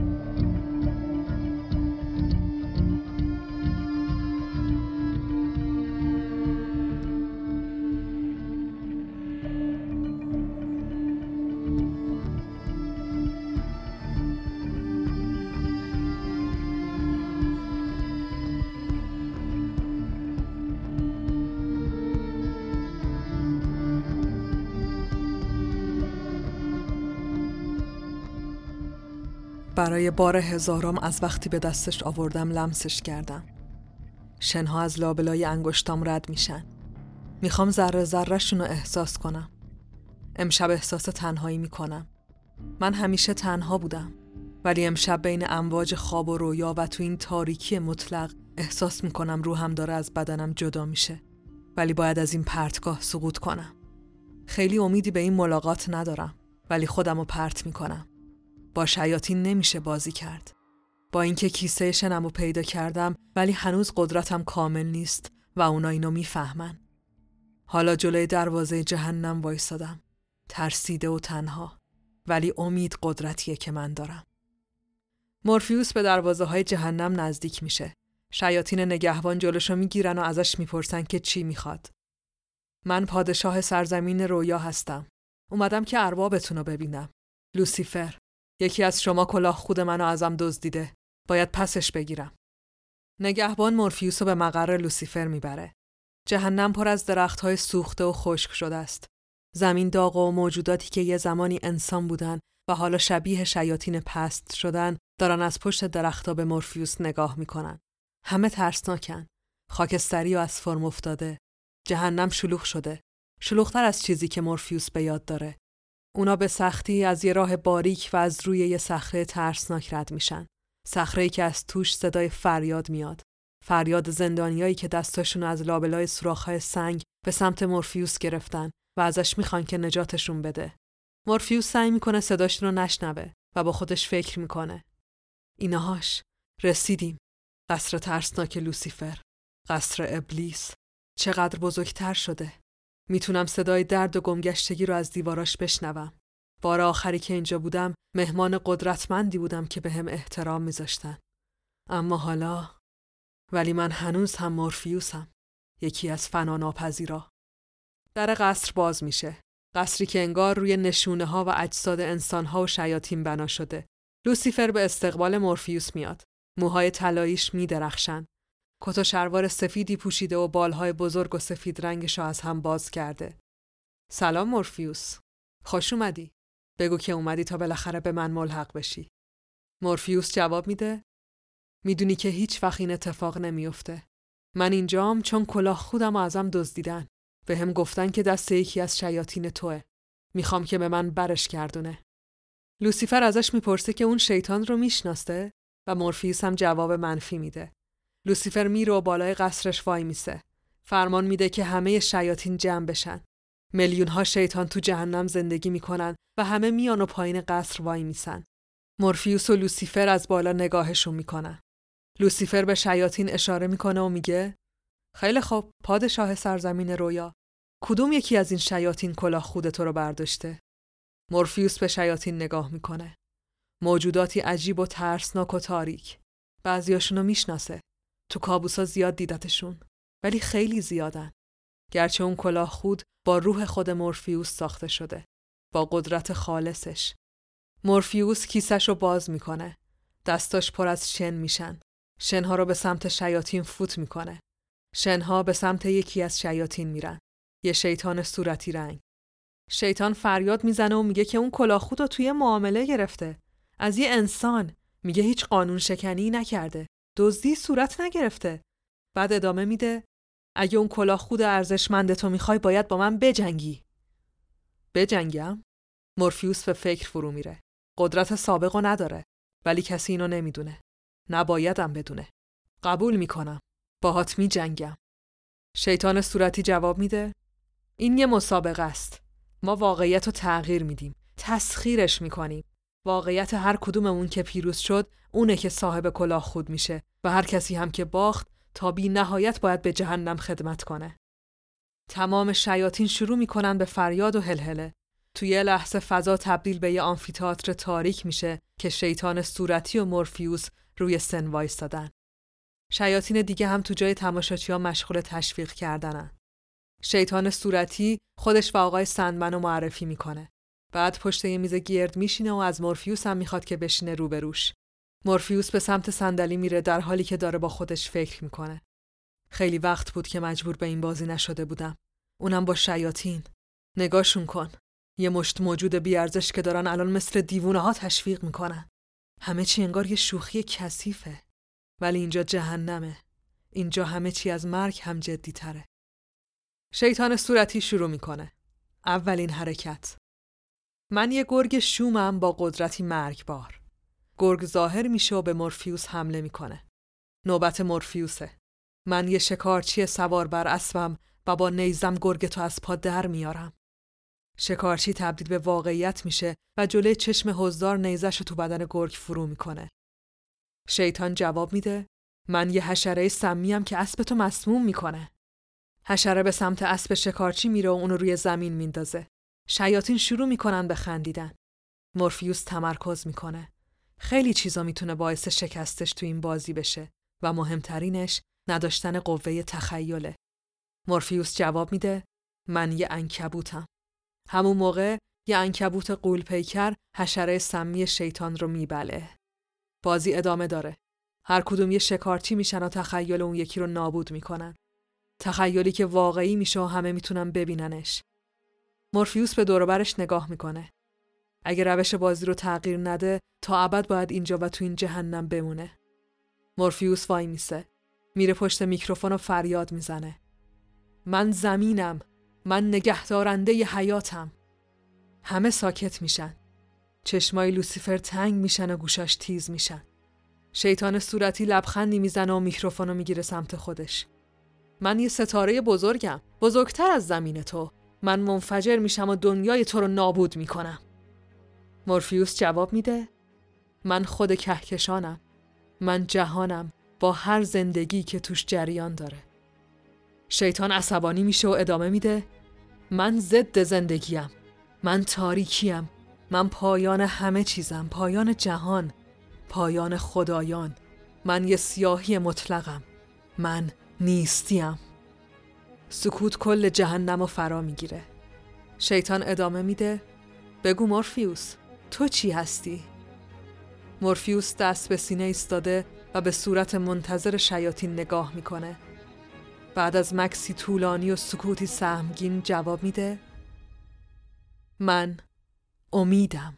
برای بار هزارم از وقتی به دستش آوردم لمسش کردم. شنها از لابلای انگشتام رد میشن. میخوام ذره ذره شونو احساس کنم. امشب احساس تنهایی میکنم. من همیشه تنها بودم. ولی امشب بین امواج خواب و رویا و تو این تاریکی مطلق احساس میکنم روحم داره از بدنم جدا میشه. ولی باید از این پرتگاه سقوط کنم. خیلی امیدی به این ملاقات ندارم. ولی خودمو پرت میکنم. با شیاطین نمیشه بازی کرد. با اینکه کیسه شنمو پیدا کردم ولی هنوز قدرتم کامل نیست و اونا اینو میفهمن. حالا جلوی دروازه جهنم وایسادم. ترسیده و تنها. ولی امید قدرتیه که من دارم. مورفیوس به دروازه های جهنم نزدیک میشه. شیاطین نگهبان جلوشو میگیرن و ازش میپرسن که چی میخواد. من پادشاه سرزمین رویا هستم. اومدم که اربابتونو ببینم. لوسیفر. یکی از شما کلاه خود منو ازم دزدیده. باید پسش بگیرم. نگهبان مورفیوسو به مقر لوسیفر میبره. جهنم پر از درخت‌های سوخته و خشک شده است. زمین داغ و موجوداتی که یه زمانی انسان بودن و حالا شبیه شیاطین پست شدن دارن از پشت درخت‌ها به مورفیوس نگاه میکنن. همه ترسناکن. خاکستری و از فرم افتاده. جهنم شلوغ شده. شلوغ‌تر از چیزی که مورفیوس به یاد داره. اونا به سختی از یه راه باریک و از روی یه صخره ترسناک رد میشن. صخره‌ای که از توش صدای فریاد میاد. فریاد زندانیایی که دستاشون از لابلای سوراخ‌های سنگ به سمت مورفیوس گرفتن و ازش میخوان که نجاتشون بده. مورفیوس سعی میکنه صداشون رو نشنوه و با خودش فکر میکنه. اینهاش، رسیدیم. قصر ترسناک لوسیفر. قصر ابلیس. چقدر بزرگتر شده. میتونم صدای درد و گمگشتگی رو از دیواراش بشنوم. بار آخری که اینجا بودم مهمان قدرتمندی بودم که به هم احترام میذاشتن. اما حالا ولی من هنوز هم مورفیوسم. یکی از فناناپذیرا. در قصر باز میشه. قصری که انگار روی نشونه ها و اجساد انسان ها و شیاطین بنا شده. لوسیفر به استقبال مورفیوس میاد. موهای طلاییش میدرخشن. کت و شلوار سفیدی پوشیده و بالهای بزرگ و سفید رنگشو از هم باز کرده. سلام مورفیوس. خوش اومدی. بگو که اومدی تا بالاخره به من ملحق بشی. مورفیوس جواب میده. میدونی که هیچ وقت این اتفاق نمیفته. من اینجام چون کلاه خودم ازم دزدیدن. به هم گفتن که دست یکی از شیاطین توه. میخوام که به من برش گردونه. لوسیفر ازش میپرسه که اون شیطان رو میشناسه و مورفیوس هم جواب منفی میده. لوسیفر میره و بالای قصرش وای میسه. فرمان میده که همه شیاطین جمع بشن. میلیون ها شیطان تو جهنم زندگی میکنن و همه میان و پایین قصر وای میسن. مورفیوس و لوسیفر از بالا نگاهشون میکنن. لوسیفر به شیاطین اشاره میکنه و میگه خیلی خوب، پادشاه سرزمین رویا. کدوم یکی از این شیاطین کلاه خود تو رو برداشته؟ مورفیوس به شیاطین نگاه میکنه. موجوداتی عجیب و ترسناک و تاریک. بعضیاشونو میشناسه. تو کابوسا زیاد دیدتشون. ولی خیلی زیادن. گرچه اون کلاه خود با روح خود مورفیوس ساخته شده. با قدرت خالصش. مورفیوس کیسه‌شو باز میکنه. دستاش پر از شن میشن. شنها رو به سمت شیاطین فوت میکنه. شنها به سمت یکی از شیاطین میرن. یه شیطان صورتی رنگ. شیطان فریاد میزنه و میگه که اون کلاه خود رو توی معامله گرفته. از یه انسان. میگه هیچ قانون شکنی نکرده. دزدی صورت نگرفته. بعد ادامه میده اگه اون کلاه خود ارزشمند تو میخوای باید با من بجنگی. بجنگم؟ مورفیوس به فکر فرو میره. قدرت سابقو نداره، ولی کسی اینو نمیدونه. نبایدم بدونه. قبول میکنم. باهات میجنگم. شیطان صورتی جواب میده این یه مسابقه است. ما واقعیت رو تغییر میدیم. تسخیرش میکنیم. واقعیت هر کدوممون که پیروز شد اونه که صاحب کلاه خود میشه و هر کسی هم که باخت تا بی نهایت باید به جهنم خدمت کنه. تمام شیاطین شروع میکنن به فریاد و هلهله. توی یه لحظه فضا تبدیل به یه آمفی‌تئاتر تاریک میشه که شیطان صورتی و مورفیوس روی سن وایستادن. شیاطین دیگه هم تو جای تماشاچی‌ها مشغول تشویق کردنن. شیطان صورتی خودش و آقای سندمن رو معرفی میکنه. بعد پشت یه میز گرد میشینه و از مورفیوس هم میخواد که بشینه روبروش. مورفیوس به سمت صندلی میره در حالی که داره با خودش فکر میکنه. خیلی وقت بود که مجبور به این بازی نشده بودم. اونم با شیاطین. نگاشون کن. یه مشت موجود بیارزش که دارن الان مثل دیوونه ها تشویق میکنن. همه چی انگار یه شوخی کثیفه. ولی اینجا جهنمه. اینجا همه چی از مرگ هم جدی تره. شیطان صورتی شروع میکنه. اولین حرکت. من یه گرگ شومم با قدرتی مرگبار. گرگ ظاهر میشه و به مورفیوس حمله میکنه. نوبت مورفیوسه. من یه شکارچی سوار بر اسبم و با نیزم گرگ تو از پا در میارم. شکارچی تبدیل به واقعیت میشه و جلوی چشم حضار نیزش تو بدن گرگ فرو میکنه. شیطان جواب میده من یه حشره سمیم که اسب تو مسموم میکنه. حشره به سمت اسب شکارچی میره و اونو روی زمین میندازه. شیاطین شروع میکنن به خندیدن. مورفیوس تمرکز میکنه. خیلی چیزا میتونه باعث شکستش تو این بازی بشه و مهمترینش نداشتن قوه تخیله. مورفیوس جواب میده من یه عنکبوتم. همون موقع یه عنکبوت غول پیکر حشره سمی شیطان رو میبله. بازی ادامه داره. هر کدوم یه شکارچی میشن و تخیل اون یکی رو نابود میکنن. تخیلی که واقعی میشه و همه میتونن ببیننش. مورفیوس به دور و برش نگاه میکنه. اگه روش بازی رو تغییر نده تا ابد باید اینجا و تو این جهنم بمونه. مورفیوس وای میسه. میره پشت میکروفون و فریاد میزنه. من زمینم. من نگهدارنده ی حیاتم. همه ساکت میشن. چشمای لوسیفر تنگ میشن و گوشاش تیز میشن. شیطان صورتی لبخندی میزنه و میکروفونو میگیره سمت خودش. من یه ستاره بزرگم. بزرگتر از زمین تو. من منفجر میشم و دنیای تو رو نابود میکنم. مورفیوس جواب میده من خود کهکشانم. من جهانم با هر زندگی که توش جریان داره. شیطان عصبانی میشه و ادامه میده من ضد زندگیم. من تاریکیم. من پایان همه چیزم. پایان جهان. پایان خدایان. من یه سیاهی مطلقم. من نیستیم. سکوت کل جهنم رو فرا میگیره. شیطان ادامه میده بگو مورفیوس تو چی هستی؟ مورفیوس دست به سینه ایستاده و به صورت منتظر شیاطین نگاه میکنه. بعد از مکسی طولانی و سکوتی سهمگین جواب میده من امیدم.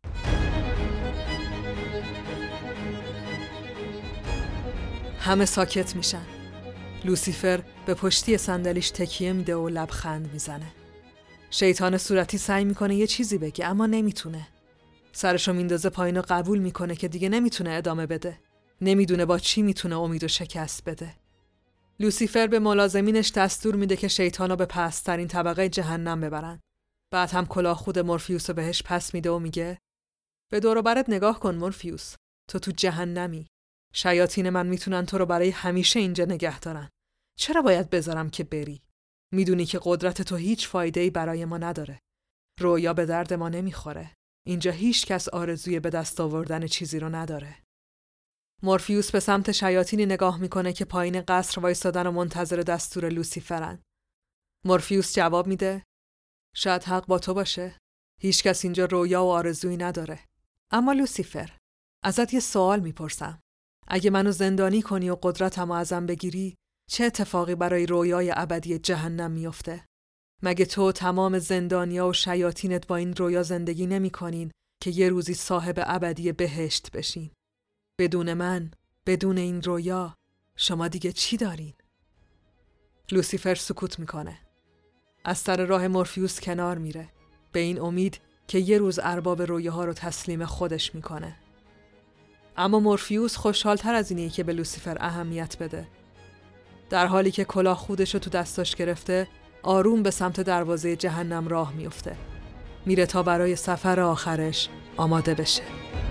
همه ساکت میشن. لوسیفر به پشتی صندلیش تکیه میده و لبخند میزنه. شیطان صورتی سعی میکنه یه چیزی بگه اما نمیتونه. سرشو میندازه پایین و قبول میکنه که دیگه نمیتونه ادامه بده. نمیدونه با چی میتونه امیدو شکست بده. لوسیفر به ملازمینش دستور میده که شیطانو به پست‌ترین طبقه جهنم ببرن. بعد هم کلاه خود مورفیوسو بهش پس میده و میگه به دور و برت نگاه کن مورفیوس. تو تو جهنمی. شیاطین من میتونن تو رو برای همیشه اینجا نگه دارن. چرا باید بذارم که بری؟ میدونی که قدرت تو هیچ فایده‌ای برای ما نداره. رویا به درد ما نمیخوره. اینجا هیچ کس آرزوی به دست آوردن چیزی رو نداره. مورفیوس به سمت شیاطینی نگاه میکنه که پایین قصر وایسادن و منتظر دستور لوسیفرن. مورفیوس جواب میده شاید حق با تو باشه. هیچ کس اینجا رویا و آرزویی نداره. اما لوسیفر، ازت یه سوال میپرسم. اگه منو زندانی کنی و قدرتمو ازم بگیری، چه اتفاقی برای رویای ابدی جهنم میفته؟ مگه تو تمام زندانیا و شیاطینت با این رویا زندگی نمی کنین که یه روزی صاحب ابدی بهشت بشین. بدون من، بدون این رویا، شما دیگه چی دارین؟ لوسیفر سکوت میکنه. از سر راه مورفیوس کنار میره، به این امید که یه روز ارباب رویاها رو تسلیم خودش میکنه. اما مورفیوس خوشحالتر از اینیه که به لوسیفر اهمیت بده. در حالی که کلاه خودش رو تو دستاش گرفته، آروم به سمت دروازه جهنم راه میفته. میره تا برای سفر آخرش آماده بشه.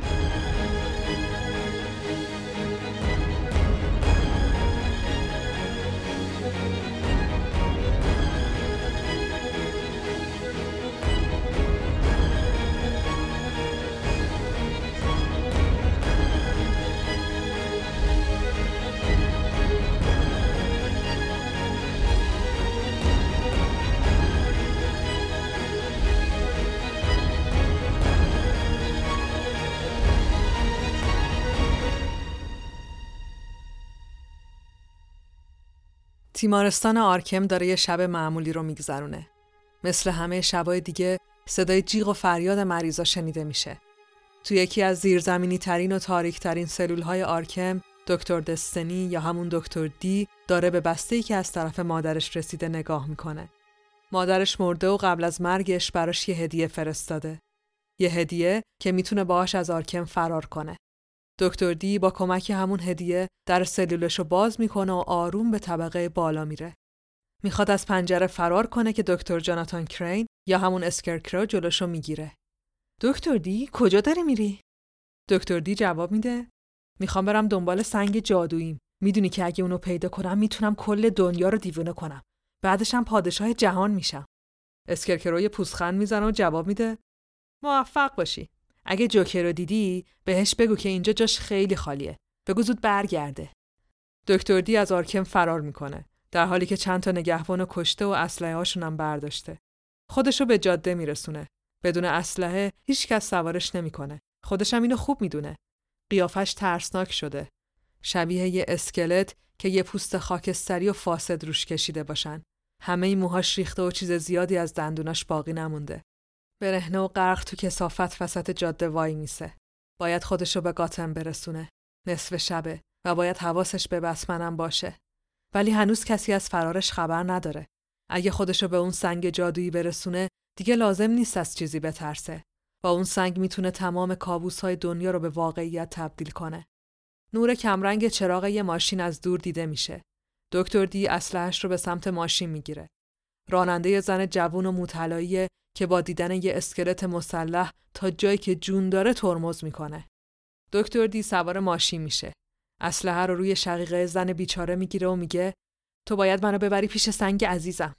تیمارستان آرکم داره یه شب معمولی رو میگذرونه. مثل همه شبای دیگه صدای جیغ و فریاد مریضا شنیده میشه. تو یکی از زیرزمینی ترین و تاریک ترین سلول های آرکم، دکتر دستنی یا همون دکتر دی داره به بسته‌ای که از طرف مادرش رسیده نگاه میکنه. مادرش مرده و قبل از مرگش براش یه هدیه فرستاده. یه هدیه که میتونه باهاش از آرکم فرار کنه. دکتر دی با کمک همون هدیه در سلولشو باز میکنه و آروم به طبقه بالا میره. میخواد از پنجره فرار کنه که دکتر جاناتان کرین یا همون اسکرکرو جلوشو میگیره. دکتر دی کجا داری میری؟ دکتر دی جواب میده میخوام برم دنبال سنگ جادوییم. میدونی که اگه اونو پیدا کنم میتونم کل دنیا رو دیوونه کنم. بعدش هم پادشاه جهان میشم. اسکرکرو یه پوزخند میزنه و جواب میده موفق باشی. اگه جوکر رو دیدی بهش بگو که اینجا جاش خیلی خالیه. بگو زود برگرده. دکتر دی از آرکم فرار میکنه در حالی که چند تا نگهبانو کشته و اسلحه هاشون هم برداشته. خودشو به جاده میرسونه. بدون اسلحه هیچ کس سوارش نمیکنه. خودش هم اینو خوب میدونه. قیافش ترسناک شده. شبیه یه اسکلت که یه پوست خاکستری و فاسد روش کشیده باشن. همه این موهاش ریخته و چیز زیادی از دندوناش باقی نمونده. برهنه و غرق تو کثافت وسط جاده وای میسه. باید خودشو به گاتم برسونه. نصف شبه و باید حواسش به بسمنم باشه. ولی هنوز کسی از فرارش خبر نداره. اگه خودشو به اون سنگ جادویی برسونه دیگه لازم نیست از چیزی بترسه. با اون سنگ میتونه تمام کابوس‌های دنیا رو به واقعیت تبدیل کنه. نور کمرنگ چراغ یه ماشین از دور دیده میشه. دکتر دی اسلحه‌اش رو به سمت ماشین میگیره. راننده زن جوون و موطلایی که با دیدن یه اسکلت مسلح تا جایی که جون داره ترمز میکنه. دکتر دی سوار ماشین میشه. اسلحه رو روی شقیقه زن بیچاره میگیره و میگه تو باید منو ببری پیش سنگ عزیزم.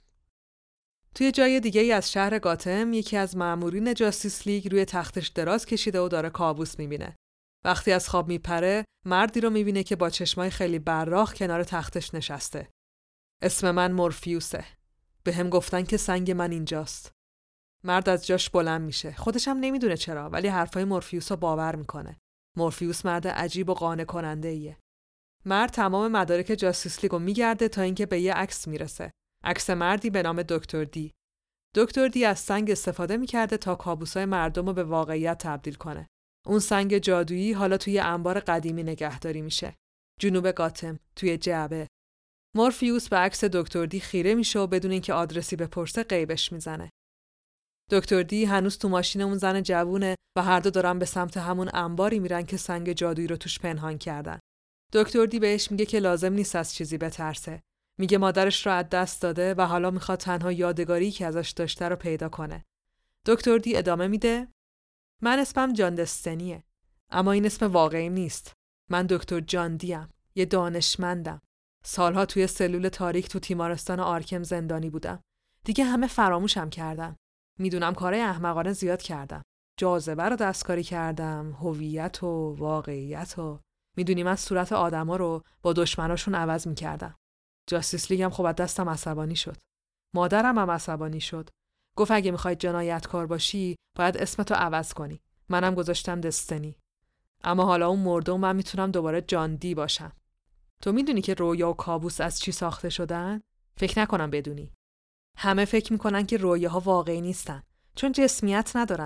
توی جای دیگه ای از شهر گاتم یکی از مامورین جاستیس لیگ روی تختش دراز کشیده و داره کابوس میبینه. وقتی از خواب میپره مردی رو میبینه که با چشمای خیلی براق کنار تختش نشسته. اسم من مورفیوسه. به هم گفتن که سنگ من اینجاست. مرد از جاش بلند میشه. خودش هم نمیدونه چرا ولی حرفای مورفیوس رو باور میکنه. مورفیوس مرد عجیب و قانع کننده ایه. مرد تمام مدارک جاستیس لیگو میگرده تا اینکه به یه عکس میرسه. عکس مردی به نام دکتر دی. دکتر دی از سنگ استفاده میکرده تا کابوسای مردم رو به واقعیت تبدیل کنه. اون سنگ جادویی حالا توی انبار قدیمی نگهداری میشه. جنوب گاتم، توی جعبه. مورفیوس به عکس دکتر دی خیره میشه و بدون اینکه آدرسی بپرسه غیبش میزنه. دکتر دی هنوز تو ماشین اون زن جوونه و هر دو دارن به سمت همون انباری میرن که سنگ جادویی رو توش پنهان کردن. دکتر دی بهش میگه که لازم نیست از چیزی بترسه. میگه مادرش رو از دست داده و حالا میخواد تنها یادگاری که ازش داشته رو پیدا کنه. دکتر دی ادامه میده من اسمم جان دستنیه. اما این اسم واقعی نیست. من دکتر جان دیم. یه دانشمندم. سالها توی سلول تاریک تو تیمارستان آرکم زندانی بودم. دیگه همه فراموشم کردن. میدونم کارهای احمقانه زیاد کردم. جاذبه رو دستکاری کردم، هویت و واقعیت و میدونی من صورت آدما رو با دشمناشون عوض میکردم. جاستیس لیگ هم خب از دستم عصبانی شد. مادرم هم عصبانی شد. گفت اگه میخواید جنایتکار باشی باید اسمتو عوض کنی. منم گذاشتم دستنی. اما حالا اون مرده و من میتونم دوباره جان دی باشم. تو میدونی که رویا و کابوس از چی ساخته شدن؟ فکر نکنم بدونی. همه فکر میکنن که رویاها واقعی نیستن چون جسمیت ندارن.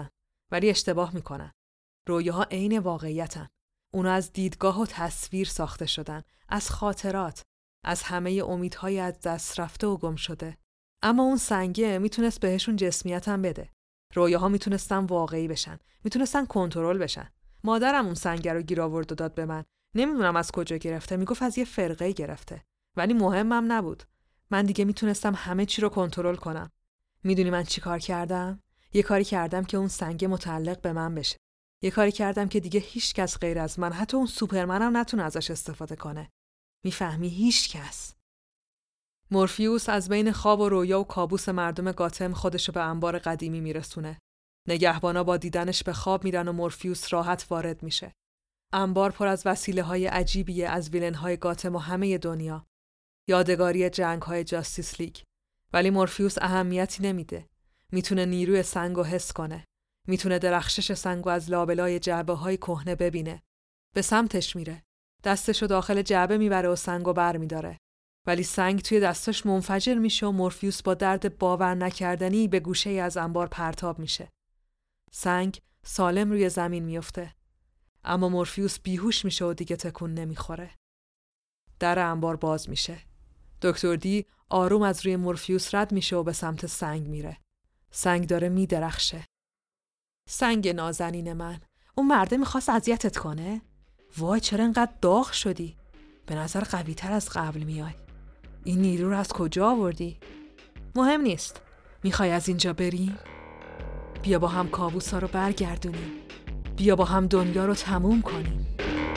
ولی اشتباه میکنن. رویاها عین واقعیتن. اونا از دیدگاه و تصویر ساخته شدن، از خاطرات، از همه امیدهای از دست رفته و گم شده. اما اون سنگه میتونست بهشون جسمیت هم بده. رویاها میتونستن واقعی بشن، میتونستن کنترل بشن. مادرم اون سنگ رو گیر آورد و داد به من. نمیدونم از کجا گرفته، میگفت از یه فرقه گرفته. ولی مهمم نبود. من دیگه میتونستم همه چی رو کنترل کنم. میدونی من چی کار کردم؟ یه کاری کردم که اون سنگ متعلق به من بشه. یه کاری کردم که دیگه هیچ کس غیر از من، حتی اون سوپرمن هم نتونه ازش استفاده کنه. میفهمی؟ هیچ کس. مورفیوس از بین خواب و رویا و کابوس مردم گاتم خودشو به انبار قدیمی میرسونه. نگهبانا با دیدنش به خواب میرن و مورفیوس راحت وارد میشه. انبار پر از وسیله‌های عجیبیه از ویلن‌های گاتم و همه دنیا. یادگاری جنگ‌های جاستیس لیگ. ولی مورفیوس اهمیتی نمیده. میتونه نیروی سنگو حس کنه. میتونه درخشش سنگو از لابلای جعبه‌های کهنه ببینه. به سمتش میره. دستشو داخل جعبه میبره و سنگو برمیداره. ولی سنگ توی دستش منفجر میشه و مورفیوس با درد باور نکردنی به گوشه‌ای از انبار پرتاب میشه. سنگ سالم روی زمین میفته. اما مورفیوس بیهوش میشه و دیگه تکون نمیخوره. در انبار باز میشه. دکتر دی آروم از روی مورفیوس رد میشه و به سمت سنگ میره. سنگ داره میدرخشه. سنگ نازنین من، اون مرده میخواست اذیتت کنه؟ وای چرا انقدر داغ شدی؟ به نظر قوی تر از قبل میای. این نیرو رو از کجا آوردی؟ مهم نیست. میخوای از اینجا بریم؟ بیا با هم کابوسا رو برگردونیم. بیا با هم دنیا رو تموم کنیم.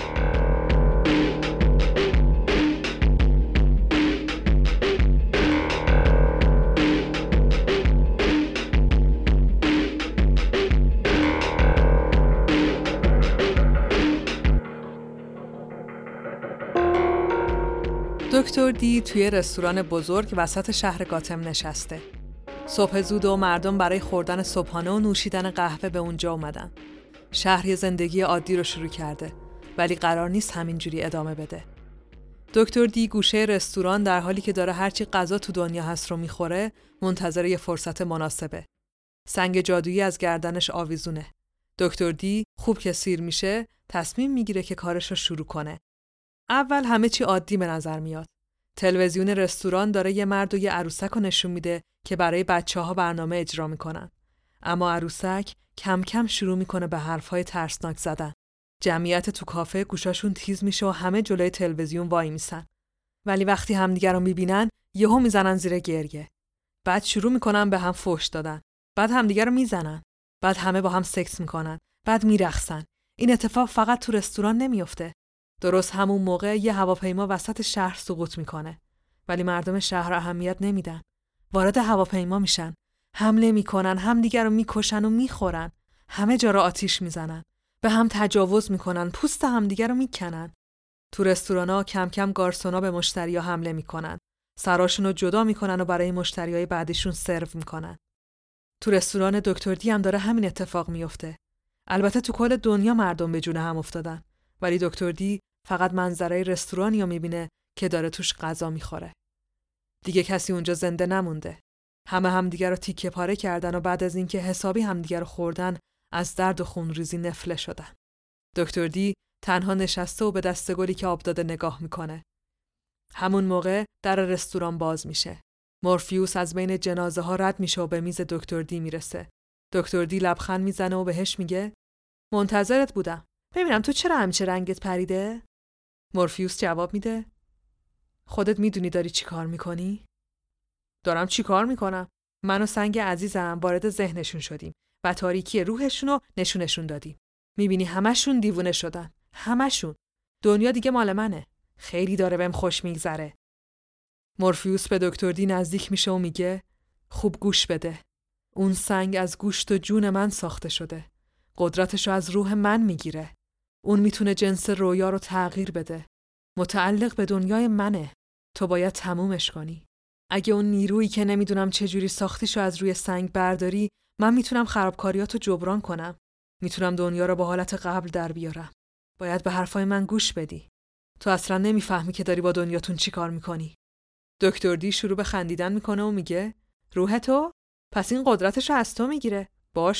دکتر دی توی رستوران بزرگ وسط شهر گاتم نشسته. صبح زود و مردم برای خوردن صبحانه و نوشیدن قهوه به اونجا اومدن. شهر یه زندگی عادی رو شروع کرده، ولی قرار نیست همینجوری ادامه بده. دکتر دی گوشه رستوران در حالی که داره هرچی غذا تو دنیا هست رو میخوره، منتظر یه فرصت مناسبه. سنگ جادویی از گردنش آویزونه. دکتر دی خوب که سیر میشه، تصمیم میگیره که کارش رو شروع کنه. اول همه چی عادی به نظر میاد. تلویزیون رستوران داره یه مرد و یه عروسک رو نشون میده که برای بچه‌ها برنامه اجرا میکنن. اما عروسک کم کم شروع میکنه به حرفهای ترسناک زدن. جمعیت تو کافه گوشاشون تیز میشه و همه جلوی تلویزیون وای میسن. ولی وقتی همدیگه رو میبینن، یهو میزنن زیر گریه. بعد شروع میکنن به هم فحش دادن. بعد همدیگه رو میزنن. بعد همه با هم سکس میکنن. بعد میرقصن. این اتفاق فقط تو رستوران نمیفته. درست همون موقع یه هواپیما وسط شهر سقوط میکنه. ولی مردم شهر اهمیت نمیدن. وارد هواپیما میشن. حمله میکنن، همدیگه رو میکشن و میخورن. همه جا رو آتیش میزنن. به هم تجاوز میکنن، پوست همدیگه رو میکنن. تو رستورانا کم کم گارسونا به مشتریا حمله میکنن. سراشون رو جدا میکنن و برای مشتریای بعدشون سرو میکنن. تو رستوران دکتر دی هم داره همین اتفاق میفته. البته تو کل دنیا مردم به جون هم افتادن. ولی دکتر دی فقط منظره رستورانی رو میبینه که داره توش غذا میخوره. دیگه کسی اونجا زنده نمونده. همه همدیگه رو تیکه پاره کردن و بعد از اینکه حسابی همدیگه رو خوردن، از درد و خونریزی نفله شدن. دکتر دی تنها نشسته و به دستگلی که آب داده نگاه میکنه. همون موقع در رستوران باز میشه. مورفیوس از بین جنازه ها رد میشه و به میز دکتر دی میرسه. دکتر دی لبخند میزنه و بهش میگه منتظرت بودم. ببینم تو چرا همیشه رنگت پریده؟ مورفیوس جواب میده خودت میدونی داری چی کار میکنی؟ دارم چی کار میکنم؟ من و سنگ عزیزم وارد ذهنشون شدیم و تاریکی روحشون رو نشونشون دادیم. میبینی همشون دیوونه شدن. همشون. دنیا دیگه مال منه. خیلی داره بهم خوش میگذره. مورفیوس به دکتر دی نزدیک میشه و میگه خوب گوش بده. اون سنگ از گوشت و جون من ساخته شده. قدرتشو از روح من میگیره. اون میتونه جنس رویا رو تغییر بده. متعلق به دنیای منه. تو باید تمومش کنی. اگه اون نیرویی که نمیدونم چجوری ساختیشو از روی سنگ برداری، من میتونم خرابکاریاتو جبران کنم. میتونم دنیا رو به حالت قبل در بیارم. باید به حرفای من گوش بدی. تو اصلا نمیفهمی که داری با دنیاتون چی کار میکنی. دکتر دی شروع به خندیدن میکنه و میگه روح تو؟ پس این قدرتشو از تو میگیره. باشه.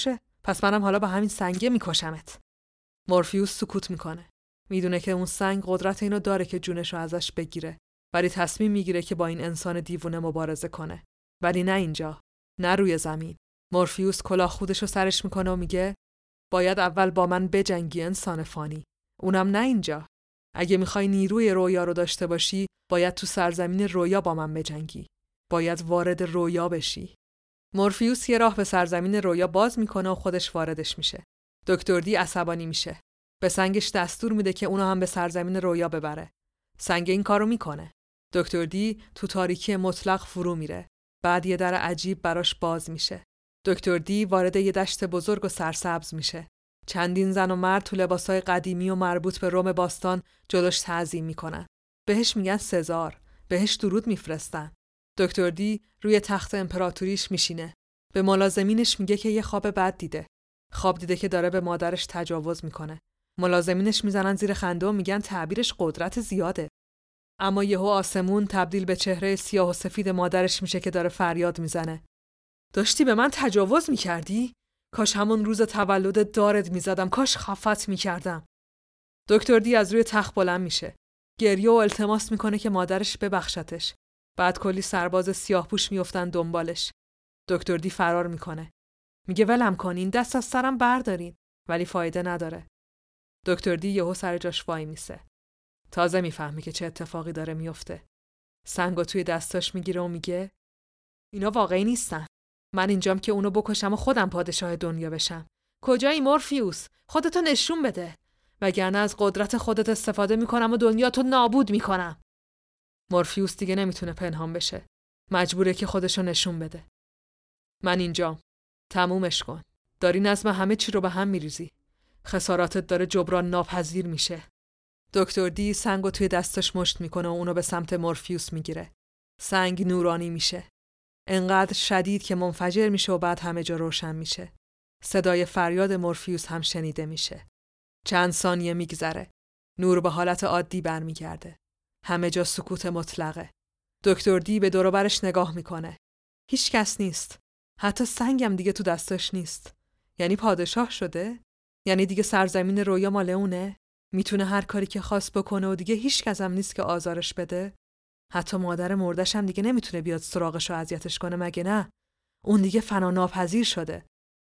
پس منم حالا با همین سنگه میکشمت. مورفیوس سکوت میکنه. میدونه که اون سنگ قدرت اینو داره که جونشو ازش بگیره. ولی تصمیم میگیره که با این انسان دیوونه مبارزه کنه. ولی نه اینجا. نه روی زمین. مورفیوس کلاه خودشو سرش میکنه و میگه باید اول با من بجنگی انسان فانی. اونم نه اینجا. اگه میخوای نیروی رویا رو داشته باشی، باید تو سرزمین رویا با من بجنگی. باید وارد رویا بشی. مورفیوس یه راه به سرزمین رویا باز میکنه و خودش واردش میشه. دکتر دی عصبانی میشه. به سنگش دستور میده که اونو هم به سرزمین رویا ببره. سنگ این کارو میکنه. دکتر دی تو تاریکی مطلق فرو میره. بعد یه در عجیب براش باز میشه. دکتر دی وارد یه دشت بزرگ و سرسبز میشه. چندین زن و مرد تو لباسای قدیمی و مربوط به روم باستان جلوش تعظیم میکنن. بهش میگن سزار. بهش درود میفرستن. دکتر دی روی تخت امپراتوریش میشینه. به ملازمینش میگه که یه خواب بد دیده. خواب دیده که داره به مادرش تجاوز میکنه. ملازمینش میزنن زیر خنده و میگن تعبیرش قدرت زیاده. اما یهو آسمون تبدیل به چهره سیاه و سفید مادرش میشه که داره فریاد میزنه. داشتی به من تجاوز میکردی؟ کاش همون روز تولد دارت میزدم. کاش خفت میکردم. دکتر دی از روی تخت بلند میشه. گریه و التماس میکنه که مادرش ببخشتش. بعد کلی سرباز سیاه‌پوش میافتن دنبالش. دکتر دی فرار میکنه. میگه ولم کنین، دست از سرم بردارین. ولی فایده نداره. دکتر دی یهو سر جاش وای میسه. تازه میفهمه که چه اتفاقی داره میفته. سنگو توی دستاش میگیره و میگه اینا واقعی نیستن. من اینجام که اونو بکشم و خودم پادشاه دنیا بشم. کجایی مورفیوس؟ خودتو نشون بده. وگرنه از قدرت خودت استفاده میکنم و دنیاتو نابود میکنم. مورفیوس دیگه نمیتونه پنهان بشه. مجبوره که خودشو نشون بده. من اینجام. تمومش کن. داری نظم همه چی رو به هم میریزی. خساراتت داره جبران ناپذیر میشه. دکتر دی سنگو توی دستش مشت میکنه و اونو به سمت مورفیوس میگیره. سنگ نورانی میشه. انقدر شدید که منفجر میشه و بعد همه جا روشن میشه. صدای فریاد مورفیوس هم شنیده میشه. چند ثانیه میگذره. نور به حالت عادی برمیگرده. همه جا سکوت مطلقه. دکتر دی به دور و برش نگاه میکنه. هیچ کس نیست. حتی سنگم دیگه تو دستش نیست. یعنی پادشاه شده؟ یعنی دیگه سرزمین رویا مال اونه؟ میتونه هر کاری که خواست بکنه و دیگه هیچ کس هم نیست که آزارش بده؟ حتی مادر مردش هم دیگه نمیتونه بیاد سراغش و اذیتش کنه، مگه نه؟ اون دیگه فنا ناپذیر شده.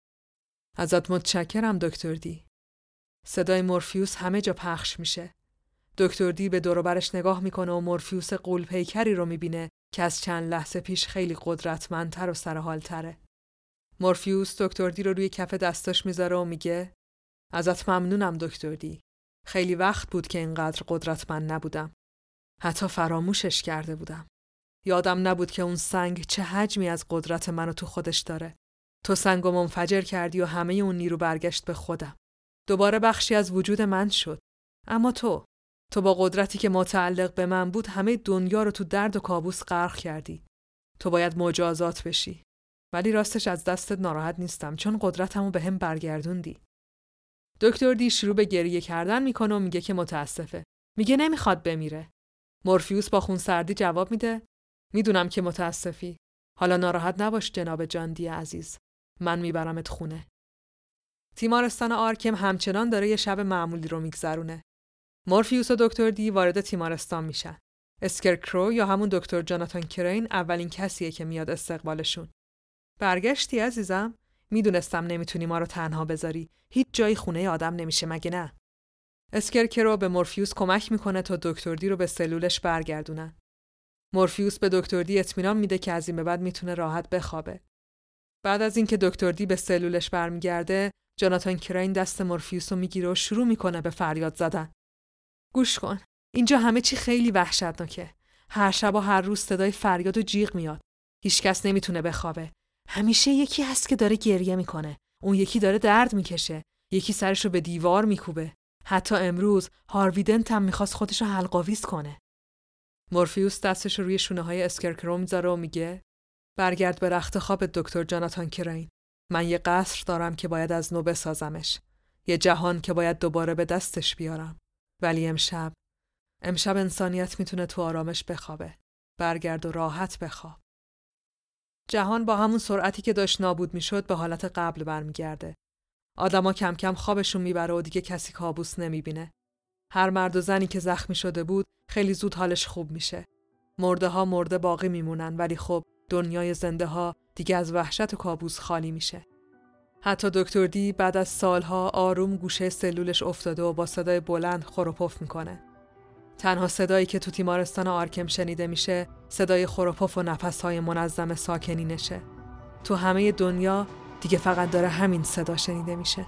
ازت متشکرم دکتر دی. صدای مورفیوس همه جا پخش میشه. دکتر دی به دور و برش نگاه میکنه و مورفیوس غول‌پیکری رو میبینه که از چند لحظه پیش خیلی قدرتمندتر و سرحالتره. مورفیوس دکتر دی رو روی کف دستاش میذاره و میگه ازت ممنونم دکتر دی. خیلی وقت بود که اینقدر قدرتمند نبودم. حتی فراموشش کرده بودم. یادم نبود که اون سنگ چه حجمی از قدرت منو تو خودش داره. تو سنگو منفجر کردی و همه اون نیرو برگشت به خودم. دوباره بخشی از وجود من شد. اما تو تو با قدرتی که متعلق به من بود همه دنیا رو تو درد و کابوس غرق کردی. تو باید مجازات بشی. ولی راستش از دستت ناراحت نیستم چون قدرتمو به هم برگردوندی. دکتر دی شروع به گریه کردن میکنه و میگه که متاسفه. میگه نمیخواد بمیره. مورفیوس با خونسردی جواب میده میدونم که متاسفی. حالا ناراحت نباش جناب جان دی عزیز. من میبرمت خونه. تیمارستان آرکم همچنان داره یه شب معمولی رو میگذرونه. مورفیوس و دکتر دی وارد تیمارستان میشن. اسکرکرو یا همون دکتر جاناتان کرین اولین کسیه که میاد استقبالشون. برگشتی عزیزم؟ میدونستم نمیتونی ما رو تنها بذاری. هیچ جایی خونه آدم نمیشه مگه نه؟ اسکرکرو به مورفیوس کمک میکنه تا دکتر دی رو به سلولش برگردونن. مورفیوس به دکتر دی اطمینان میده که از این به بعد میتونه راحت بخوابه. بعد از اینکه دکتر دی به سلولش برمیگرده، جاناتان کرین دست مورفیوس رو میگیره و شروع میکنه به فریاد زدن. گوش کن. اینجا همه چی خیلی وحشتناکه. هر شب و هر روز صدای فریاد و جیغ میاد. هیچ کس نمیتونه بخوابه. همیشه یکی هست که داره گریه میکنه. اون یکی داره درد میکشه. یکی سرش رو به دیوار میکوبه. حتی امروز هاروی دنت هم میخواست خودش رو حلق‌آویز کنه. مورفیوس دستش رو روی شونه های اسکرکرو میذاره و میگه برگرد به رخت خواب دکتر جاناتان کرین. من یه قصر دارم که باید از نو بسازمش. یه جهان که باید دوباره به دستش بیارم. ولی امشب امشب انسانیت میتونه تو آرامش بخوابه. برگرد و راحت بخواب. جهان با همون سرعتی که داشت نابود میشد به حالت قبل برمیگرده. آدما کم کم خوابشون میبره و دیگه کسی کابوس نمیبینه. هر مرد و زنی که زخمی شده بود خیلی زود حالش خوب میشه. مرده ها مرده باقی میمونن، ولی خب دنیای زنده ها دیگه از وحشت و کابوس خالی میشه. حتی دکتر دی بعد از سالها آروم گوشه سلولش افتاده و با صدای بلند خور و پف میکنه. تنها صدایی که تو تیمارستان آرکم شنیده میشه صدای خور و پف و نفسهای منظم ساکنینشه. تو همه دنیا دیگه فقط داره همین صدا شنیده میشه.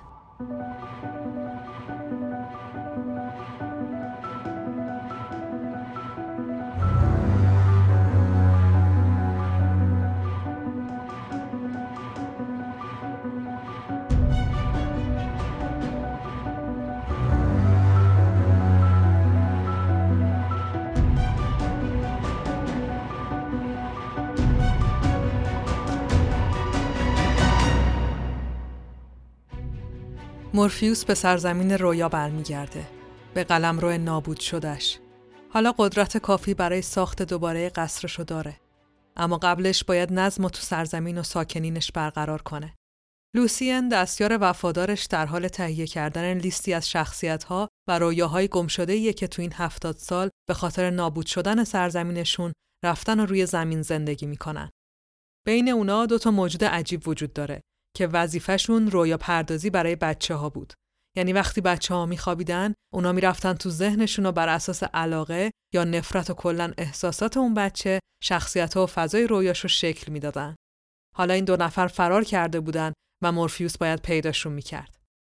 مورفیوس به سرزمین رویا برمیگرده، به قلمرو نابود شدش. حالا قدرت کافی برای ساخت دوباره قصرشو داره. اما قبلش باید نظم تو سرزمین و ساکنینش برقرار کنه. لوسین دستیار وفادارش در حال تهیه کردن لیستی از شخصیت‌ها و رویاهای گمشده‌ایه که تو این هفتاد سال به خاطر نابود شدن سرزمینشون رفتن و روی زمین زندگی میکنن. بین اونا دو تا موجود عجیب وجود داره که وظیفه‌شون رویا پردازی برای بچه‌ها بود. یعنی وقتی بچه‌ها می‌خوابیدن، اونا می‌رفتن تو ذهنشون و بر اساس علاقه یا نفرت و کلاً احساسات اون بچه، شخصیت‌ها و فضای رویاشو شکل میدادن. حالا این دو نفر فرار کرده بودن و مورفیوس باید پیداشون می‌کرد.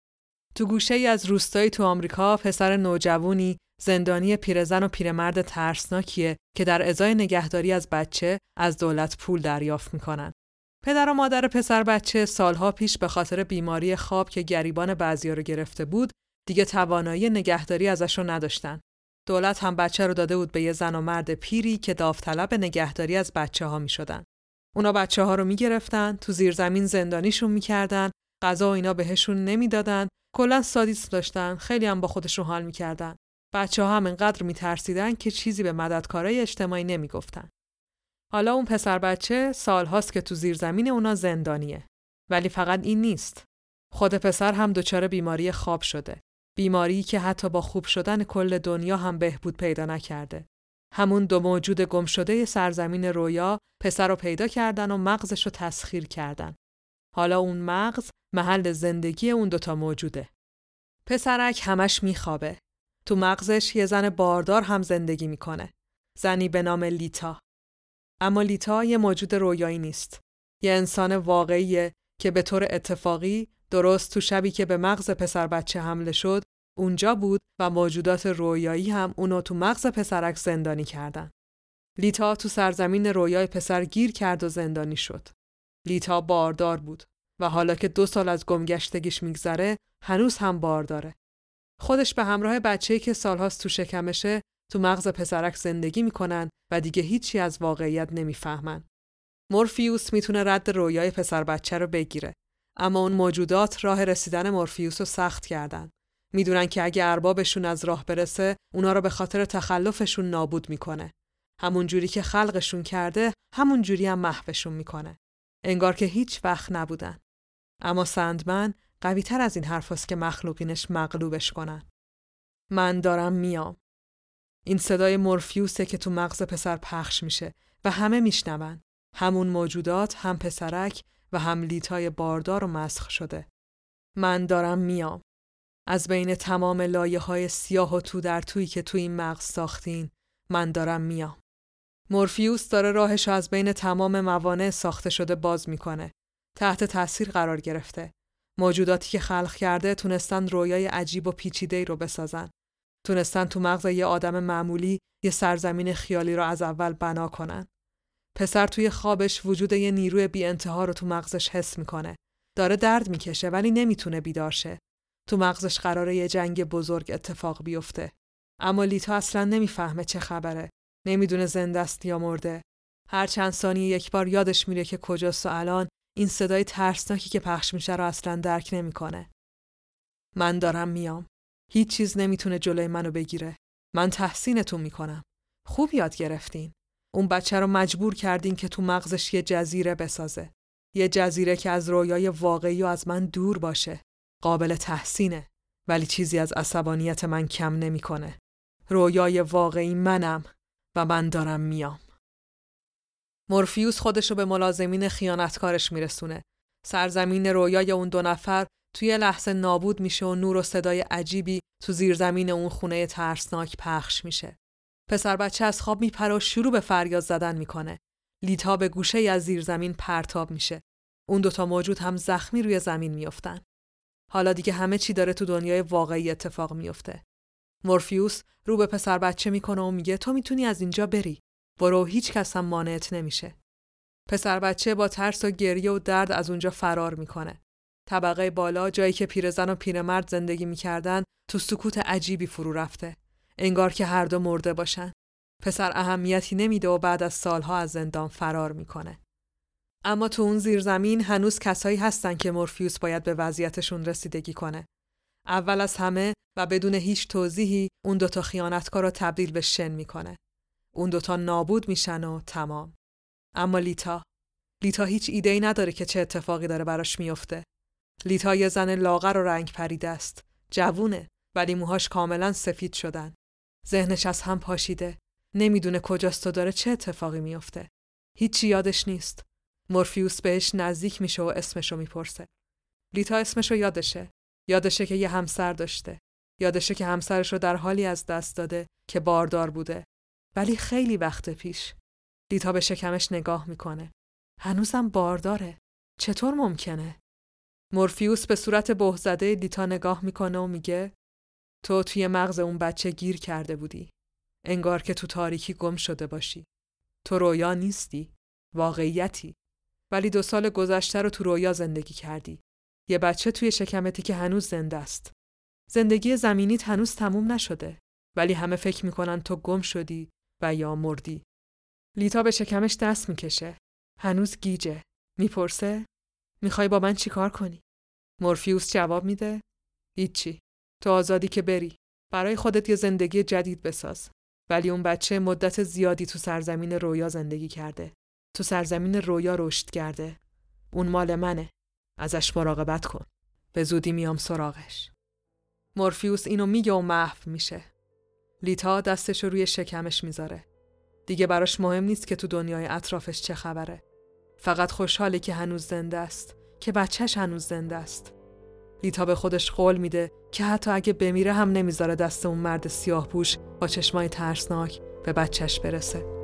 تو گوشه‌ای از روستایی تو آمریکا، پسر نوجوانی زندانی پیرزن و پیرمرد ترسناکیه که در ازای نگهداری از بچه از دولت پول دریافت می‌کنن. پدر و مادر پسر بچه سالها پیش به خاطر بیماری خواب که گریبان بعضیا رو گرفته بود، دیگه توانایی نگهداری ازش رو نداشتن. دولت هم بچه رو داده بود به یه زن و مرد پیری که داوطلب نگهداری از بچه‌ها می‌شدن. اونا بچه‌ها رو می‌گرفتن، تو زیرزمین زندانیشون می‌کردن، غذا و اینا بهشون نمیدادن، کلاً سادیسم داشتن، خیلی هم با خودشون حال می‌کردن. بچه‌ها هم انقدر می‌ترسیدن که چیزی به مددکارای اجتماعی نمی‌گفتن. حالا اون پسر بچه سالهاست که تو زیرزمین اونا زندانیه. ولی فقط این نیست. خود پسر هم دچار بیماری خواب شده. بیماری که حتی با خوب شدن کل دنیا هم بهبود پیدا نکرده. همون دو موجود گم شده سرزمین رویا پسر رو پیدا کردن و مغزش رو تسخیر کردن. حالا اون مغز محل زندگی اون دوتا موجوده. پسرک همش میخوابه. تو مغزش یه زن باردار هم زندگی میکنه. زنی به نام لیتا. اما لیتا یه موجود رویایی نیست. یه انسان واقعیه که به طور اتفاقی درست تو شبی که به مغز پسر بچه حمله شد اونجا بود و موجودات رویایی هم اونو تو مغز پسرک زندانی کردن. لیتا تو سرزمین رویای پسر گیر کرد و زندانی شد. لیتا باردار بود و حالا که دو سال از گمگشتگیش میگذره هنوز هم بارداره. خودش به همراه بچه‌ای که سالهاست تو شکمشه تو مغز پسرک زندگی میکنن و دیگه هیچی از واقعیت نمیفهمن. مورفیوس میتونه رد رویای پسر بچه رو بگیره، اما اون موجودات راه رسیدن مورفیوس رو سخت کردن. میدونن که اگه اربابشون از راه برسه، اونا رو به خاطر تخلفشون نابود میکنه. همون جوری که خلقشون کرده، همون جوری هم محوشون میکنه. انگار که هیچ وقت نبودن. اما سندمن قوی تر از این حرفاست که مخلوقینش مغلوبش کنن. من دارم میام. این صدای مورفیوسه که تو مغز پسر پخش میشه و همه میشنون. همون موجودات، هم پسرک و هم لیتای باردار و مسخ شده. من دارم میام. از بین تمام لایه‌های سیاه و تو در تویی که تو این مغز ساختین، من دارم میام. مورفیوس داره راهشو از بین تمام موانع ساخته شده باز میکنه. تحت تاثیر قرار گرفته. موجوداتی که خلق کرده تونستن رویای عجیب و پیچیده‌ای رو بسازن. تونستن تو مغز یه آدم معمولی یه سرزمین خیالی رو از اول بنا کنن. پسر توی خوابش وجود یه نیروی بی انتها رو تو مغزش حس میکنه. داره درد میکشه ولی نمیتونه بیدار شه. تو مغزش قراره یه جنگ بزرگ اتفاق بیفته. اما لیتا اصلا نمیفهمه چه خبره. نمیدونه زنده است یا مرده. هر چند ثانیه یک بار یادش میره که کجاست و الان این صدای ترسناکی که پخش میشه رو اصلا درک نمیکنه. من دارم میام. هیچ چیز نمیتونه جلوی منو بگیره. من تحسینتون میکنم. خوب یاد گرفتین. اون بچه رو مجبور کردین که تو مغزش یه جزیره بسازه. یه جزیره که از رویای واقعی و از من دور باشه. قابل تحسینه، ولی چیزی از عصبانیت من کم نمیکنه. رویای واقعی منم و من دارم میام. مورفیوس خودشو به ملازمین خیانتکارش میرسونه. سرزمین رویای اون دو نفر توی لحظه نابود میشه و نور و صدای عجیبی تو زیرزمین اون خونه ترسناک پخش میشه. پسر بچه از خواب میپره و شروع به فریاد زدن میکنه. لیتا به گوشه از زیرزمین پرتاب میشه. اون دوتا موجود هم زخمی روی زمین میافتن. حالا دیگه همه چی داره تو دنیای واقعی اتفاق میفته. مورفیوس رو به پسر بچه میکنه و میگه تو میتونی از اینجا بری. برو، هیچ کس هم مانعت نمیشه. پسر بچه با ترس و گریه و درد از اونجا فرار میکنه. طبقه بالا، جایی که پیرزن و پیرمرد زندگی میکردن، تو سکوت عجیبی فرو رفته. انگار که هر دو مرده باشن. پسر اهمیتی نمیده و بعد از سالها از زندان فرار میکنه. اما تو اون زیرزمین هنوز کسایی هستن که مورفیوس باید به وضعیتشون رسیدگی کنه. اول از همه و بدون هیچ توضیحی اون دوتا خیانتکار رو تبدیل به شن میکنه. اون دوتا نابود میشن و تمام. اما لیتا لیتا هیچ ایده‌ای نداره که چه اتفاقی داره براش میفته. لیتا یه زن لاغر و رنگ پریده است. جوونه، ولی موهاش کاملا سفید شدن. ذهنش از هم پاشیده. نمیدونه کجاست و داره چه اتفاقی میفته. هیچی یادش نیست. مورفیوس بهش نزدیک میشه و اسمشو میپرسه. لیتا اسمشو یادشه. یادشه که یه همسر داشته. یادشه که همسرش رو در حالی از دست داده که باردار بوده. ولی خیلی وقت پیش. لیتا به شکمش نگاه میکنه. هنوزم بارداره. چطور ممکنه؟ مورفیوس به صورت بهت‌زده لیتا نگاه میکنه و میگه تو توی مغز اون بچه گیر کرده بودی. انگار که تو تاریکی گم شده باشی. تو رویا نیستی. واقعیتی. ولی دو سال گذشته رو تو رویا زندگی کردی. یه بچه توی شکمتی که هنوز زنده است. زندگی زمینیت هنوز تموم نشده. ولی همه فکر میکنن تو گم شدی و یا مردی. لیتا به شکمش دست میکشه. هنوز گیجه. میپرسه میخوای با من چی کار کنی؟ مورفیوس جواب میده هیچی. تو آزادی که بری. برای خودت یه زندگی جدید بساز. ولی اون بچه مدت زیادی تو سرزمین رویا زندگی کرده. تو سرزمین رویا رشد کرده. اون مال منه. ازش مراقبت کن. به زودی میام سراغش. مورفیوس اینو میگه و محو میشه. لیتا دستش رو روی شکمش میذاره. دیگه براش مهم نیست که تو دنیای اطرافش چه خبره. فقط خوشحاله که هنوز زنده است. که بچهش هنوز زنده است. لیتا به خودش قول میده که حتی اگه بمیره هم نمیذاره دست اون مرد سیاه پوش با چشمای ترسناک به بچهش برسه.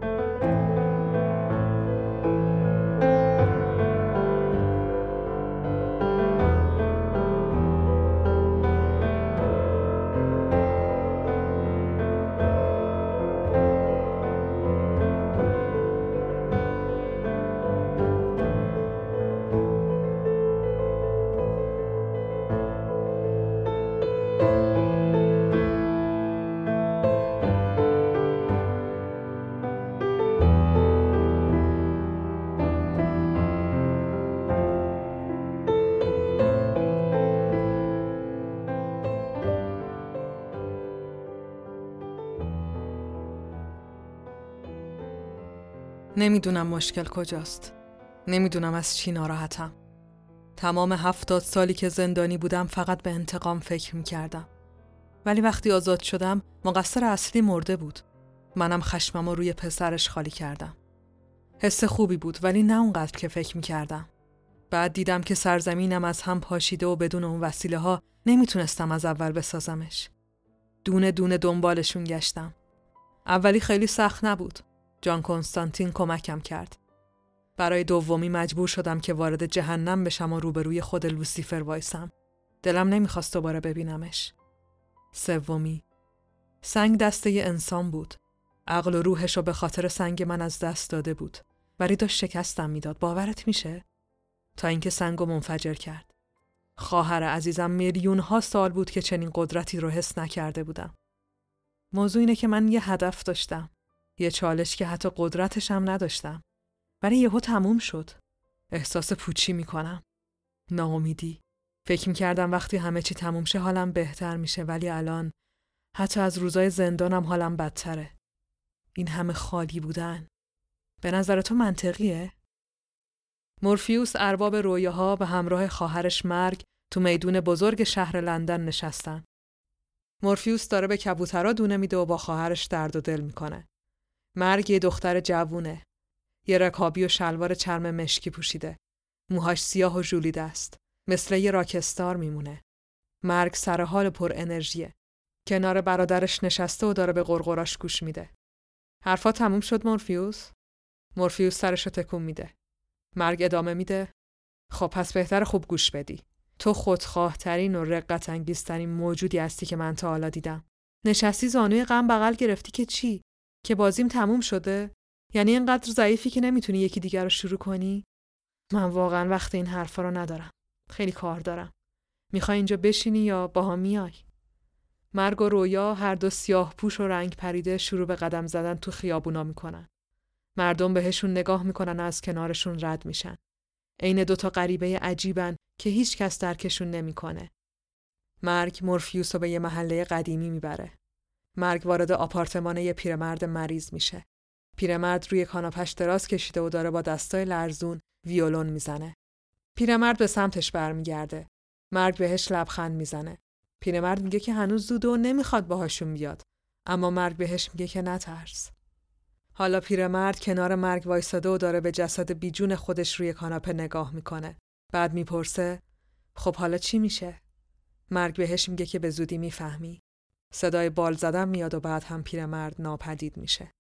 نمیدونم مشکل کجاست. نمیدونم از چی ناراحتم. تمام هفتاد سالی که زندانی بودم فقط به انتقام فکر میکردم. ولی وقتی آزاد شدم مقصر اصلی مرده بود. منم خشمم رو روی پسرش خالی کردم. حس خوبی بود ولی نه اونقدر که فکر میکردم. بعد دیدم که سرزمینم از هم پاشیده و بدون اون وسیله ها نمیتونستم از اول بسازمش. دونه دونه دنبالشون گشتم. اولی خیلی سخت نبود. جان کنستانتین کمکم کرد. برای دومی مجبور شدم که وارد جهنم بشم و روبروی خود لوسیفر وایسم. دلم نمیخواست دوباره ببینمش. سومی سنگ دسته ی انسان بود. عقل و روحشو به خاطر سنگ من از دست داده بود. ولی داشت شکستم میداد. باورت میشه؟ تا اینکه سنگو منفجر کرد. خواهر عزیزم میلیون ها سال بود که چنین قدرتی رو حس نکرده بودم. موضوع اینه که من یه هدف داشتم. یه چالش که حتی قدرتش هم نداشتم. ولی یهو تموم شد. احساس پوچی میکنم. ناامیدی. فکر میکردم وقتی همه چی تموم شه حالم بهتر میشه، ولی الان حتی از روزای زندانم حالم بدتره. این همه خالی بودن. به نظر تو منطقیه؟ مورفیوس ارباب رویاها به همراه خواهرش مرگ تو میدون بزرگ شهر لندن نشستن. مورفیوس داره به کبوترها دونه میده و با خواهرش درد و دل میکنه. مرگ یه دختر جوونه. یه رکابی و شلوار چرم مشکی پوشیده. موهاش سیاه و ژولیده است. مثل یه راکستار میمونه. مرگ سر حال پر انرژیه. کنار برادرش نشسته و داره به غرغراش گوش میده. حرفا تموم شد مورفیوس؟ مورفیوس سرشو تکون میده. مرگ ادامه میده. خب پس بهتر خوب گوش بدی. تو خودخواه ترین و رقت انگیزترین موجودی هستی که من تا حالا دیدم. نشستی زانوی غم بغل گرفتی که چی؟ که بازیم تموم شده؟ یعنی اینقدر ضعیفی که نمیتونی یکی دیگر رو شروع کنی؟ من واقعا وقت این حرفا رو ندارم. خیلی کار دارم. میخوای اینجا بشینی یا باها میای؟ مرگ و رویا هر دو سیاه پوش و رنگ پریده شروع به قدم زدن تو خیابونا میکنن. مردم بهشون نگاه میکنن و از کنارشون رد میشن. عین دوتا غریبه عجیبن که هیچ کس درکشون نمیکنه. مرگ مورفیوس رو به یه محله قدیمی میبره. مرگ وارد آپارتمان یه پیرمرد مریض میشه. پیرمرد روی کاناپش دراز کشیده و داره با دستای لرزون ویولون میزنه. پیرمرد به سمتش برمیگرده. مرگ بهش لبخند میزنه. پیرمرد میگه که هنوز زوده و نمیخواد باهاشون بیاد. اما مرگ بهش میگه که نترس. حالا پیرمرد کنار مرگ وایساده و داره به جسد بیجون خودش روی کاناپه نگاه میکنه. بعد میپرسه خب حالا چی میشه؟ مرگ بهش میگه که به زودی میفهمی. صدای بال زدن میاد و بعد هم پیرمرد ناپدید میشه.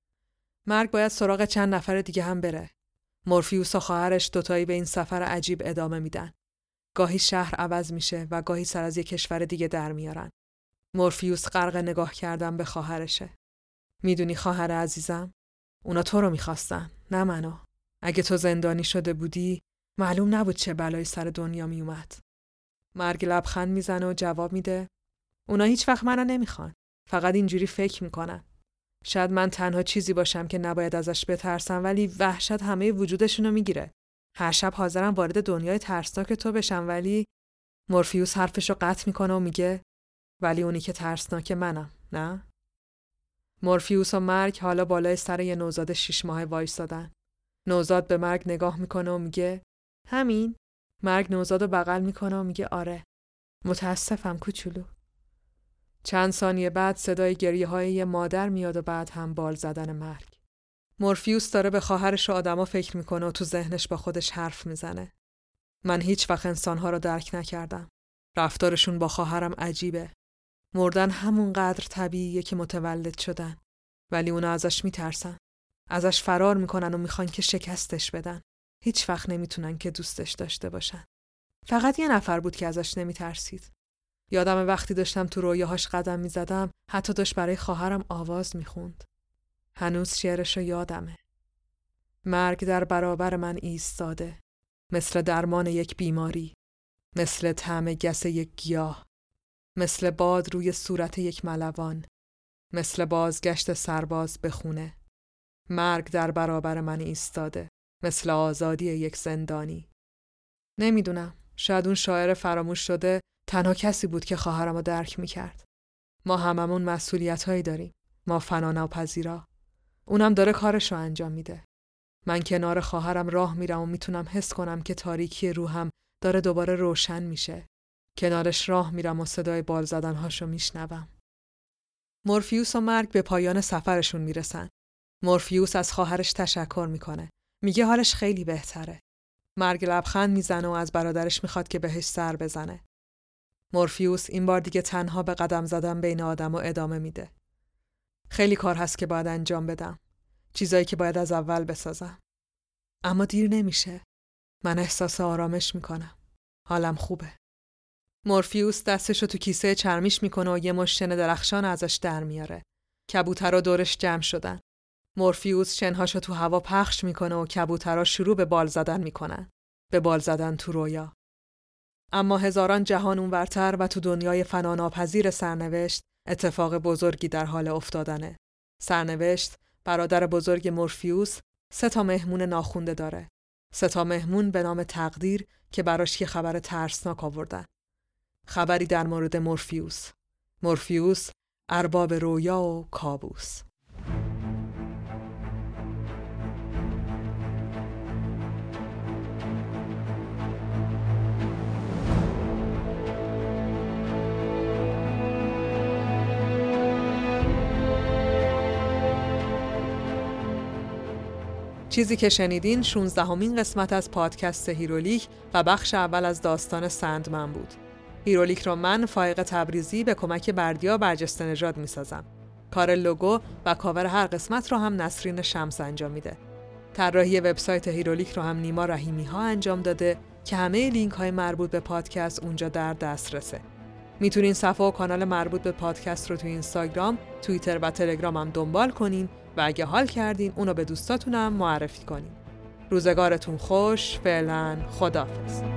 مرگ باید سراغ چند نفر دیگه هم بره. مورفیوس و خواهرش دوتایی به این سفر عجیب ادامه میدن. گاهی شهر عوض میشه و گاهی سر از یک کشور دیگه در میارن. مورفیوس غرق نگاه کردن به خواهرشه. میدونی خواهر عزیزم؟ اونا تو رو میخواستن، نه منو. اگه تو زندانی شده بودی، معلوم نبود چه بلایی سر دنیا میومد. مرگ لبخند میزنه و جواب میده اونا هیچ وقت منو نمیخوان. فقط اینجوری فکر میکنن. شاید من تنها چیزی باشم که نباید ازش بترسم، ولی وحشت همه وجودشونو میگیره. هر شب حاضرم وارد دنیای ترسناک تو بشم، ولی مورفیوس حرفشو قطع میکنه و میگه ولی اونی که ترسناک منم، نه؟ مورفیوس و مرگ حالا بالای سر یه نوزاد شش ماهه وایسادن. نوزاد به مرگ نگاه میکنه و میگه همین؟ مرگ نوزادو بغل میکنه و میگه آره. متاسفم کوچولو. چند ثانیه بعد صدای گریه های یه مادر میاد و بعد هم بال زدن مرگ. مورفیوس داره به خواهرش و آدما فکر میکنه و تو ذهنش با خودش حرف میزنه. من هیچ وقت انسانها رو درک نکردم. رفتارشون با خواهرم عجیبه. مردن همونقدر طبیعیه که متولد شدن. ولی اونا ازش میترسن. ازش فرار میکنن و میخوان که شکستش بدن. هیچ وقت نمیتونن که دوستش داشته باشن. فقط یه نفر بود که ازش نمیترسید. یادم وقتی داشتم تو رویاهاش قدم میزدم، حتی داشت برای خواهرم آواز میخوند. هنوز شعرشو یادمه. مرگ در برابر من ایستاده. مثل درمان یک بیماری. مثل طعم گس یک گیاه. مثل باد روی صورت یک ملوان. مثل بازگشت سرباز به خونه. مرگ در برابر من ایستاده. مثل آزادی یک زندانی. نمیدونم. شاید اون شاعر فراموش شده تنها کسی بود که خواهرم رو درک میکرد. ما هممون مسئولیت هایی داریم. ما فنا ناپذیرا. اونم داره کارش رو انجام میده. من کنار خواهرم راه میرم و میتونم حس کنم که تاریکی روحم داره دوباره روشن میشه. کنارش راه میرم و صدای بال زدنهاشو میشنوم. مورفیوس و مرگ به پایان سفرشون میرسن. مورفیوس از خواهرش تشکر میکنه. میگه حالش خیلی بهتره. مرگ لبخند میزنه و از برادرش میخواد که بهش سر بزنه. مورفیوس این بار دیگه تنها به قدم زدن بین آدم و ادامه میده. خیلی کار هست که باید انجام بدم. چیزایی که باید از اول بسازم. اما دیر نمیشه. من احساس آرامش میکنم. حالم خوبه. مورفیوس دستشو تو کیسه چرمیش میکنه و یه مشت شن درخشان ازش در میاره. کبوترها دورش جمع شدن. مورفیوس شنهاشو تو هوا پخش میکنه و کبوترها شروع به بال زدن میکنن. به بال زدن تو رویا. اما هزاران جهان اونورتر و تو دنیای فناناپذیر سرنوشت اتفاق بزرگی در حال افتادنه. سرنوشت برادر بزرگ مورفیوس سه تا مهمون ناخونده داره. سه تا مهمون به نام تقدیر که براش یه خبر ترسناک آوردن. خبری در مورد مورفیوس. مورفیوس ارباب رویا و کابوس. چیزی که شنیدین شانزدهمین قسمت از پادکست هیرولیک و بخش اول از داستان سندمن بود. هیرولیک رو من فائق تبریزی به کمک بردیا برجسته نژاد میسازم. کار لوگو و کاور هر قسمت رو هم نسرین شمس انجام میده. طراحی وبسایت هیرولیک رو هم نیما رحیمی ها انجام داده که همه لینک های مربوط به پادکست اونجا در دسترسه. میتونین صفحه و کانال مربوط به پادکست رو تو اینستاگرام، توییتر و تلگرام هم دنبال کنین و اگه حال کردین اونو به دوستاتونم معرفی کنین. روزگارتون خوش، فعلا خداحافظ.